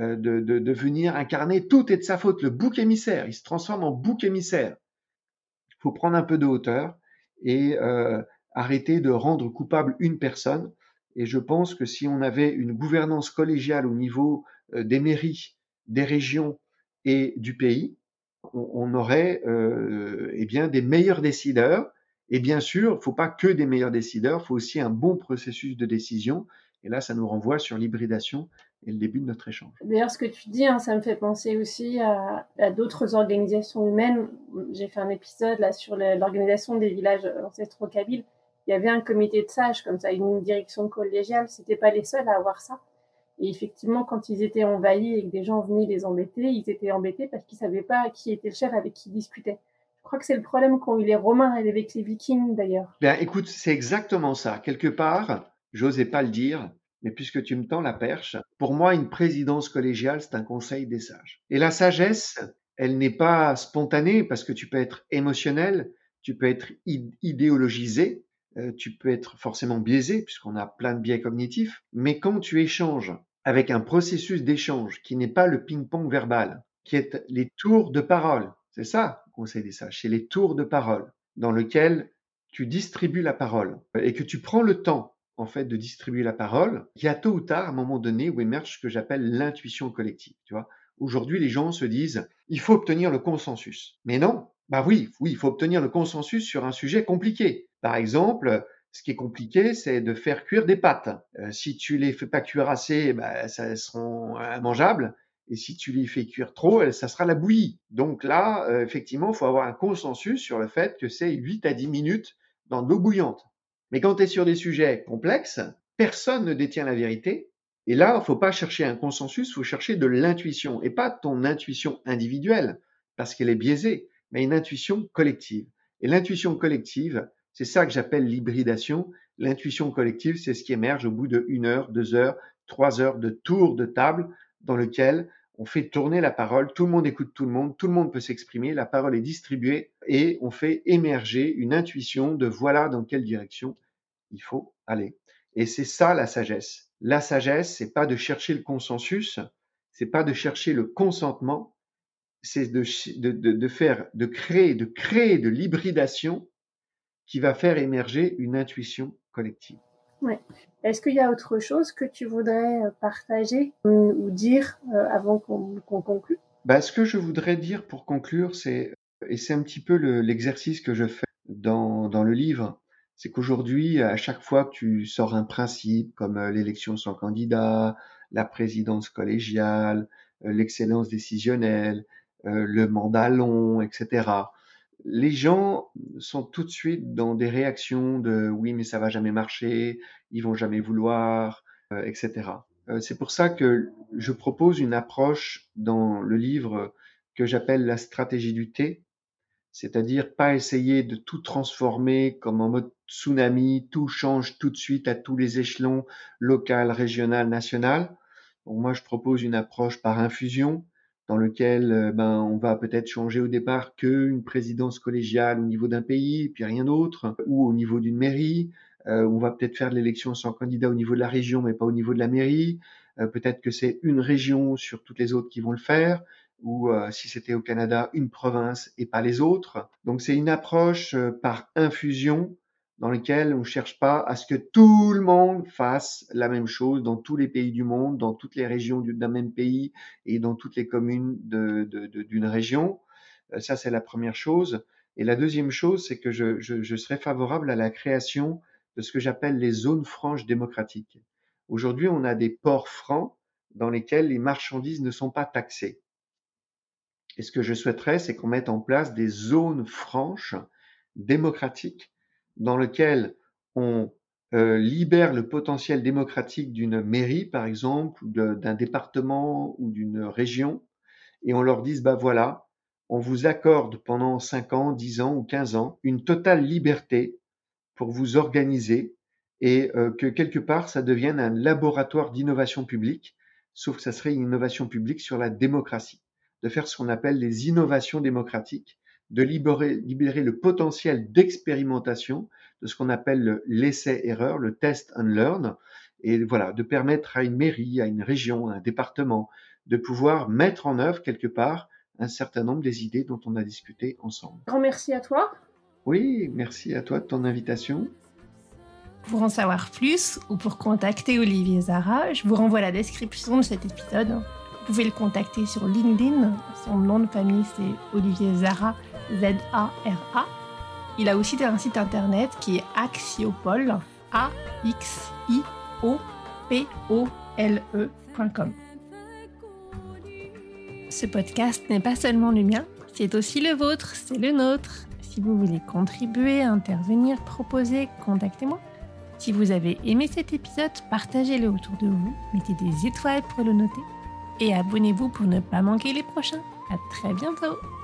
B: de venir incarner tout est de sa faute. Le bouc émissaire, il se transforme en bouc émissaire. Il faut prendre un peu de hauteur et arrêter de rendre coupable une personne. Et je pense que si on avait une gouvernance collégiale au niveau des mairies, des régions et du pays, on aurait eh bien des meilleurs décideurs. Et bien sûr, il ne faut pas que des meilleurs décideurs, il faut aussi un bon processus de décision. Et là, ça nous renvoie sur l'hybridation et le début de notre échange.
C: D'ailleurs, ce que tu dis, hein, ça me fait penser aussi à d'autres organisations humaines. J'ai fait un épisode là sur l'organisation des villages ancestraux kabyles. Il y avait un comité de sages comme ça, une direction collégiale. C'était pas les seuls à avoir ça. Et effectivement, quand ils étaient envahis et que des gens venaient les embêter, ils étaient embêtés parce qu'ils savaient pas qui était le chef avec qui ils discutaient. Je crois que c'est le problème qu'ont eu les Romains et avec les Vikings d'ailleurs.
B: Bien, écoute, c'est exactement ça. Quelque part, j'osais pas le dire, mais puisque tu me tends la perche, pour moi, une présidence collégiale, c'est un conseil des sages. Et la sagesse, elle n'est pas spontanée parce que tu peux être émotionnel, tu peux être idéologisé, tu peux être forcément biaisé puisqu'on a plein de biais cognitifs. Mais quand tu échanges avec un processus d'échange qui n'est pas le ping-pong verbal, qui est les tours de parole, c'est ça, le conseil des sages, c'est les tours de parole dans lequel tu distribues la parole et que tu prends le temps en fait de distribuer la parole, il y a tôt ou tard, à un moment donné, où émerge ce que j'appelle l'intuition collective. Tu vois, aujourd'hui, les gens se disent, il faut obtenir le consensus. Mais non, bah oui, il faut obtenir le consensus sur un sujet compliqué. Par exemple, ce qui est compliqué, c'est de faire cuire des pâtes. Si tu les fais pas cuire assez, bah, ça seront immangeables. Et si tu les fais cuire trop, ça sera la bouillie. Donc là, effectivement, il faut avoir un consensus sur le fait que c'est 8 à 10 minutes dans de l'eau bouillante. Mais quand tu es sur des sujets complexes, personne ne détient la vérité. Et là, il ne faut pas chercher un consensus, il faut chercher de l'intuition. Et pas ton intuition individuelle, parce qu'elle est biaisée, mais une intuition collective. Et l'intuition collective, c'est ça que j'appelle l'hybridation. L'intuition collective, c'est ce qui émerge au bout de 1 heure, 2 heures, 3 heures de tour de table dans lequel on fait tourner la parole, tout le monde écoute tout le monde peut s'exprimer, la parole est distribuée et on fait émerger une intuition de voilà dans quelle direction il faut aller. Et c'est ça la sagesse. La sagesse, c'est pas de chercher le consensus, c'est pas de chercher le consentement, c'est de créer de l'hybridation qui va faire émerger une intuition collective.
C: Ouais. Est-ce qu'il y a autre chose que tu voudrais partager ou dire avant qu'on conclue?
B: Ce que je voudrais dire pour conclure, c'est un petit peu l'exercice que je fais dans le livre, c'est qu'aujourd'hui, à chaque fois que tu sors un principe comme l'élection sans candidat, la présidence collégiale, l'excellence décisionnelle, le mandat long, etc., les gens sont tout de suite dans des réactions de oui, mais ça va jamais marcher, ils vont jamais vouloir, etc. C'est pour ça que je propose une approche dans le livre que j'appelle la stratégie du thé, c'est-à-dire pas essayer de tout transformer comme en mode tsunami, tout change tout de suite à tous les échelons, local, régional, national. Donc moi, je propose une approche par infusion, dans lequel on va peut-être changer au départ qu'une présidence collégiale au niveau d'un pays, puis rien d'autre, ou au niveau d'une mairie. On va peut-être faire de l'élection sans candidat au niveau de la région, mais pas au niveau de la mairie. Peut-être que c'est une région sur toutes les autres qui vont le faire, ou si c'était au Canada, une province et pas les autres. Donc c'est une approche par infusion, dans lequel on ne cherche pas à ce que tout le monde fasse la même chose dans tous les pays du monde, dans toutes les régions d'un même pays et dans toutes les communes d'une région. Ça, c'est la première chose. Et la deuxième chose, c'est que je serais favorable à la création de ce que j'appelle les zones franches démocratiques. Aujourd'hui, on a des ports francs dans lesquels les marchandises ne sont pas taxées. Et ce que je souhaiterais, c'est qu'on mette en place des zones franches démocratiques dans lesquelles on libère le potentiel démocratique d'une mairie, par exemple, ou d'un département ou d'une région, et on leur dise, voilà, on vous accorde pendant 5 ans, 10 ans ou 15 ans une totale liberté pour vous organiser et que quelque part, ça devienne un laboratoire d'innovation publique, sauf que ça serait une innovation publique sur la démocratie, de faire ce qu'on appelle les innovations démocratiques, de libérer le potentiel d'expérimentation de ce qu'on appelle l'essai-erreur, le test and learn, et voilà, de permettre à une mairie, à une région, à un département, de pouvoir mettre en œuvre quelque part un certain nombre des idées dont on a discuté ensemble.
C: Grand merci à toi.
B: Oui, merci à toi de ton invitation.
A: Pour en savoir plus ou pour contacter Olivier Zara, je vous renvoie à la description de cet épisode. Vous pouvez le contacter sur LinkedIn. Son nom de famille, c'est Olivier Zara, Z-A-R-A. Il a aussi un site internet qui est Axiopole, A-X-I-O-P-O-L-E.com. Ce podcast n'est pas seulement le mien, c'est aussi le vôtre, c'est le nôtre. Si vous voulez contribuer, intervenir, proposer, contactez-moi. Si vous avez aimé cet épisode, partagez-le autour de vous, mettez des étoiles pour le noter et abonnez-vous pour ne pas manquer les prochains. À très bientôt!